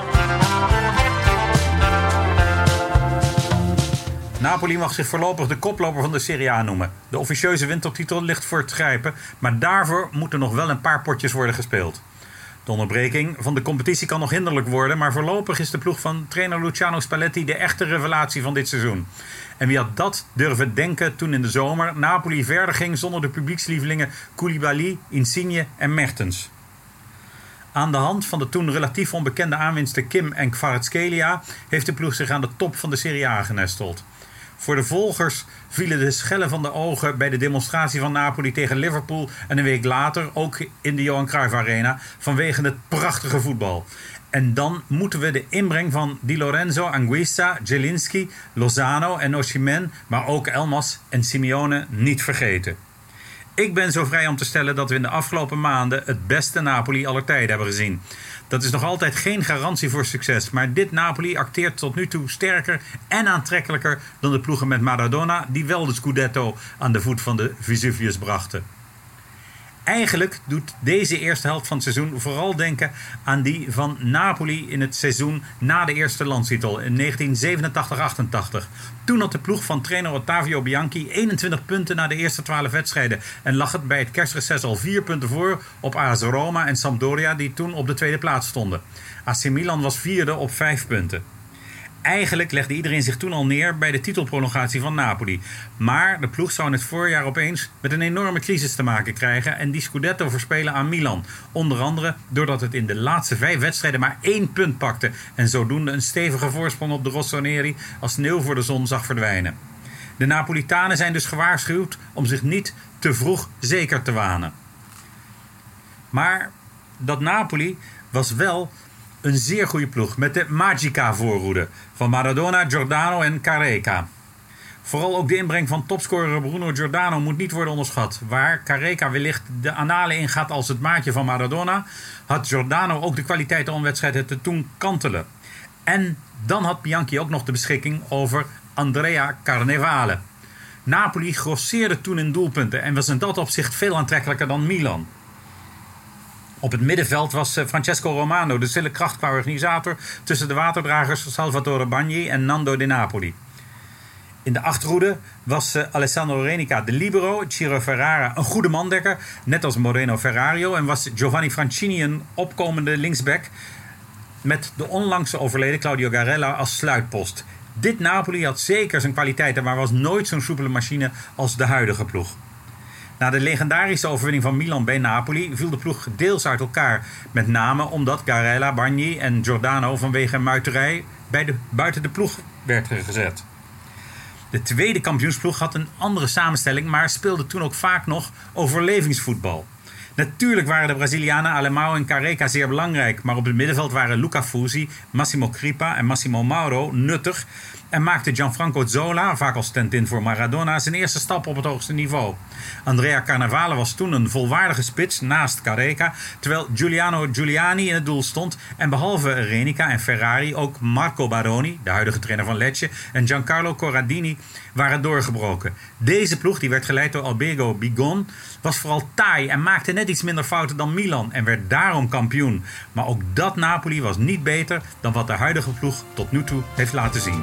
Napoli mag zich voorlopig de koploper van de Serie A noemen. De officieuze wintertitel ligt voor het grijpen. Maar daarvoor moeten nog wel een paar potjes worden gespeeld. De onderbreking van de competitie kan nog hinderlijk worden, maar voorlopig is de ploeg van trainer Luciano Spalletti de echte revelatie van dit seizoen. En wie had dat durven denken toen in de zomer Napoli verder ging zonder de publiekslievelingen Koulibaly, Insigne en Mertens. Aan de hand van de toen relatief onbekende aanwinsten Kim en Kvaratskhelia heeft de ploeg zich aan de top van de Serie A genesteld. Voor de volgers vielen de schellen van de ogen bij de demonstratie van Napoli tegen Liverpool en een week later ook in de Johan Cruijff Arena vanwege het prachtige voetbal. En dan moeten we de inbreng van Di Lorenzo, Anguissa, Zielinski, Lozano en Osimhen, maar ook Elmas en Simeone niet vergeten. Ik ben zo vrij om te stellen dat we in de afgelopen maanden het beste Napoli aller tijden hebben gezien. Dat is nog altijd geen garantie voor succes, maar dit Napoli acteert tot nu toe sterker en aantrekkelijker dan de ploegen met Maradona die wel de Scudetto aan de voet van de Vesuvius brachten. Eigenlijk doet deze eerste helft van het seizoen vooral denken aan die van Napoli in het seizoen na de eerste landstitel in 1987-88. Toen had de ploeg van trainer Ottavio Bianchi 21 punten na de eerste 12 wedstrijden en lag het bij het kerstreces al 4 punten voor op AS Roma en Sampdoria die toen op de tweede plaats stonden. AC Milan was vierde op 5 punten. Eigenlijk legde iedereen zich toen al neer bij de titelprolongatie van Napoli. Maar de ploeg zou in het voorjaar opeens met een enorme crisis te maken krijgen en die Scudetto verspelen aan Milan. Onder andere doordat het in de laatste 5 wedstrijden maar 1 punt pakte en zodoende een stevige voorsprong op de Rossoneri als sneeuw voor de zon zag verdwijnen. De Napolitanen zijn dus gewaarschuwd om zich niet te vroeg zeker te wanen. Maar dat Napoli was wel een zeer goede ploeg met de Magica-voorhoede van Maradona, Giordano en Careca. Vooral ook de inbreng van topscorer Bruno Giordano moet niet worden onderschat. Waar Careca wellicht de annalen ingaat als het maatje van Maradona, had Giordano ook de kwaliteiten om wedstrijden te doen kantelen. En dan had Bianchi ook nog de beschikking over Andrea Carnevale. Napoli grosseerde toen in doelpunten en was in dat opzicht veel aantrekkelijker dan Milan. Op het middenveld was Francesco Romano de stille kracht qua organisator tussen de waterdragers Salvatore Bagni en Nando De Napoli. In de achterhoede was Alessandro Renica de libero, Ciro Ferrara een goede mandekker, net als Moreno Ferrario, en was Giovanni Francini een opkomende linksback met de onlangs overleden Claudio Garella als sluitpost. Dit Napoli had zeker zijn kwaliteiten, maar was nooit zo'n soepele machine als de huidige ploeg. Na de legendarische overwinning van Milan bij Napoli viel de ploeg deels uit elkaar. Met name omdat Garella, Bagni en Giordano vanwege muiterij buiten de ploeg werd gezet. De tweede kampioensploeg had een andere samenstelling, maar speelde toen ook vaak nog overlevingsvoetbal. Natuurlijk waren de Brazilianen Alemão en Careca zeer belangrijk, maar op het middenveld waren Luca Fusi, Massimo Crippa en Massimo Mauro nuttig en maakte Gianfranco Zola, vaak als stand-in voor Maradona, zijn eerste stap op het hoogste niveau. Andrea Carnevale was toen een volwaardige spits naast Careca, terwijl Giuliano Giuliani in het doel stond en behalve Renica en Ferrari ook Marco Baroni, de huidige trainer van Lecce, en Giancarlo Corradini waren doorgebroken. Deze ploeg, die werd geleid door Alberigo Bigon, was vooral taai en maakte net iets minder fouten dan Milan en werd daarom kampioen. Maar ook dat Napoli was niet beter dan wat de huidige ploeg tot nu toe heeft laten zien.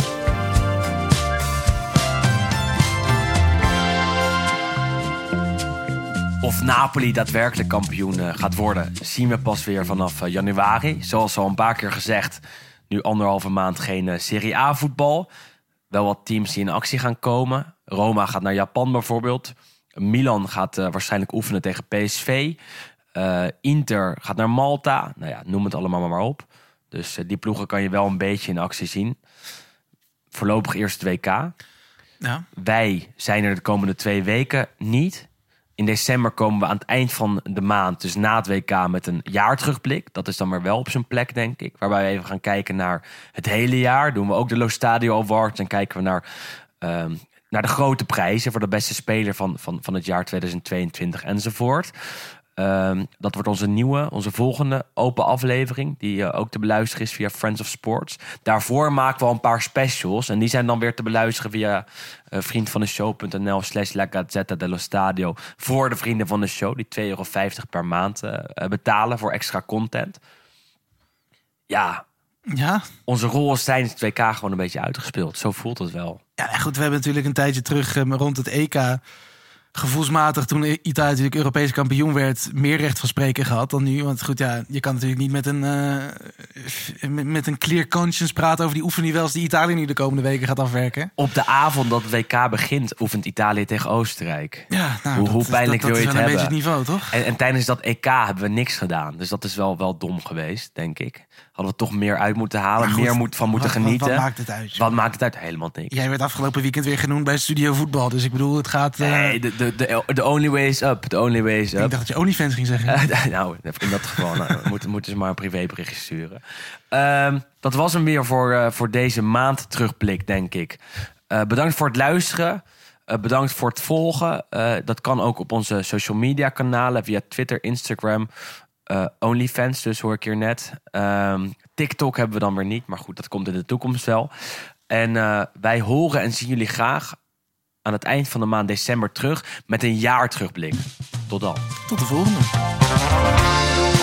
Of Napoli daadwerkelijk kampioen gaat worden, zien we pas weer vanaf januari. Zoals al een paar keer gezegd, nu 1,5 maand geen Serie A voetbal. Wel wat teams die in actie gaan komen. Roma gaat naar Japan bijvoorbeeld. Milan gaat waarschijnlijk oefenen tegen PSV. Inter gaat naar Malta. Nou ja, noem het allemaal maar op. Dus die ploegen kan je wel een beetje in actie zien. Voorlopig eerst het WK. Ja. Wij zijn er de komende 2 weken niet. In december komen we aan het eind van de maand, dus na het WK, met een jaarterugblik. Dat is dan maar wel op zijn plek, denk ik. Waarbij we even gaan kijken naar het hele jaar. Doen we ook de Lo Stadio Awards en kijken we naar de grote prijzen voor de beste speler van het jaar 2022 enzovoort. Dat wordt onze volgende open aflevering, die ook te beluisteren is via Friends of Sports. Daarvoor maken we al een paar specials en die zijn dan weer te beluisteren via vriendvandeshow.nl/La Gazzetta dello Stadio voor de vrienden van de show, die €2,50 per maand betalen voor extra content. Ja, onze rol is tijdens het WK gewoon een beetje uitgespeeld. Zo voelt het wel. Ja, goed, we hebben natuurlijk een tijdje terug rond het EK gevoelsmatig, toen Italië natuurlijk Europees kampioen werd, meer recht van spreken gehad dan nu. Want goed, ja, je kan natuurlijk niet met een clear conscience praten over die oefennivels die Italië nu de komende weken gaat afwerken. Op de avond dat het WK begint, oefent Italië tegen Oostenrijk. Ja, hoe pijnlijk wil je het hebben? Dat is wel een beetje het niveau, toch? En tijdens dat EK hebben we niks gedaan. Dus dat is wel dom geweest, denk ik. Hadden we toch meer uit moeten halen, goed, meer van moeten genieten. Wat maakt het uit? Wat maakt het uit? Helemaal niks. Jij werd afgelopen weekend weer genoemd bij Studio Voetbal. Dus ik bedoel, het gaat... Nee, the only way is up. The only way is up. Ik dacht dat je OnlyFans ging zeggen. Nou, in dat geval moeten ze maar een privéberichtje sturen. Dat was hem weer voor deze maand terugblik, denk ik. Bedankt voor het luisteren. Bedankt voor het volgen. Dat kan ook op onze social media kanalen via Twitter, Instagram, OnlyFans, dus hoor ik hier net. TikTok hebben we dan weer niet, maar goed, dat komt in de toekomst wel. En wij horen en zien jullie graag aan het eind van de maand december terug met een jaar terugblik. Tot dan. Tot de volgende.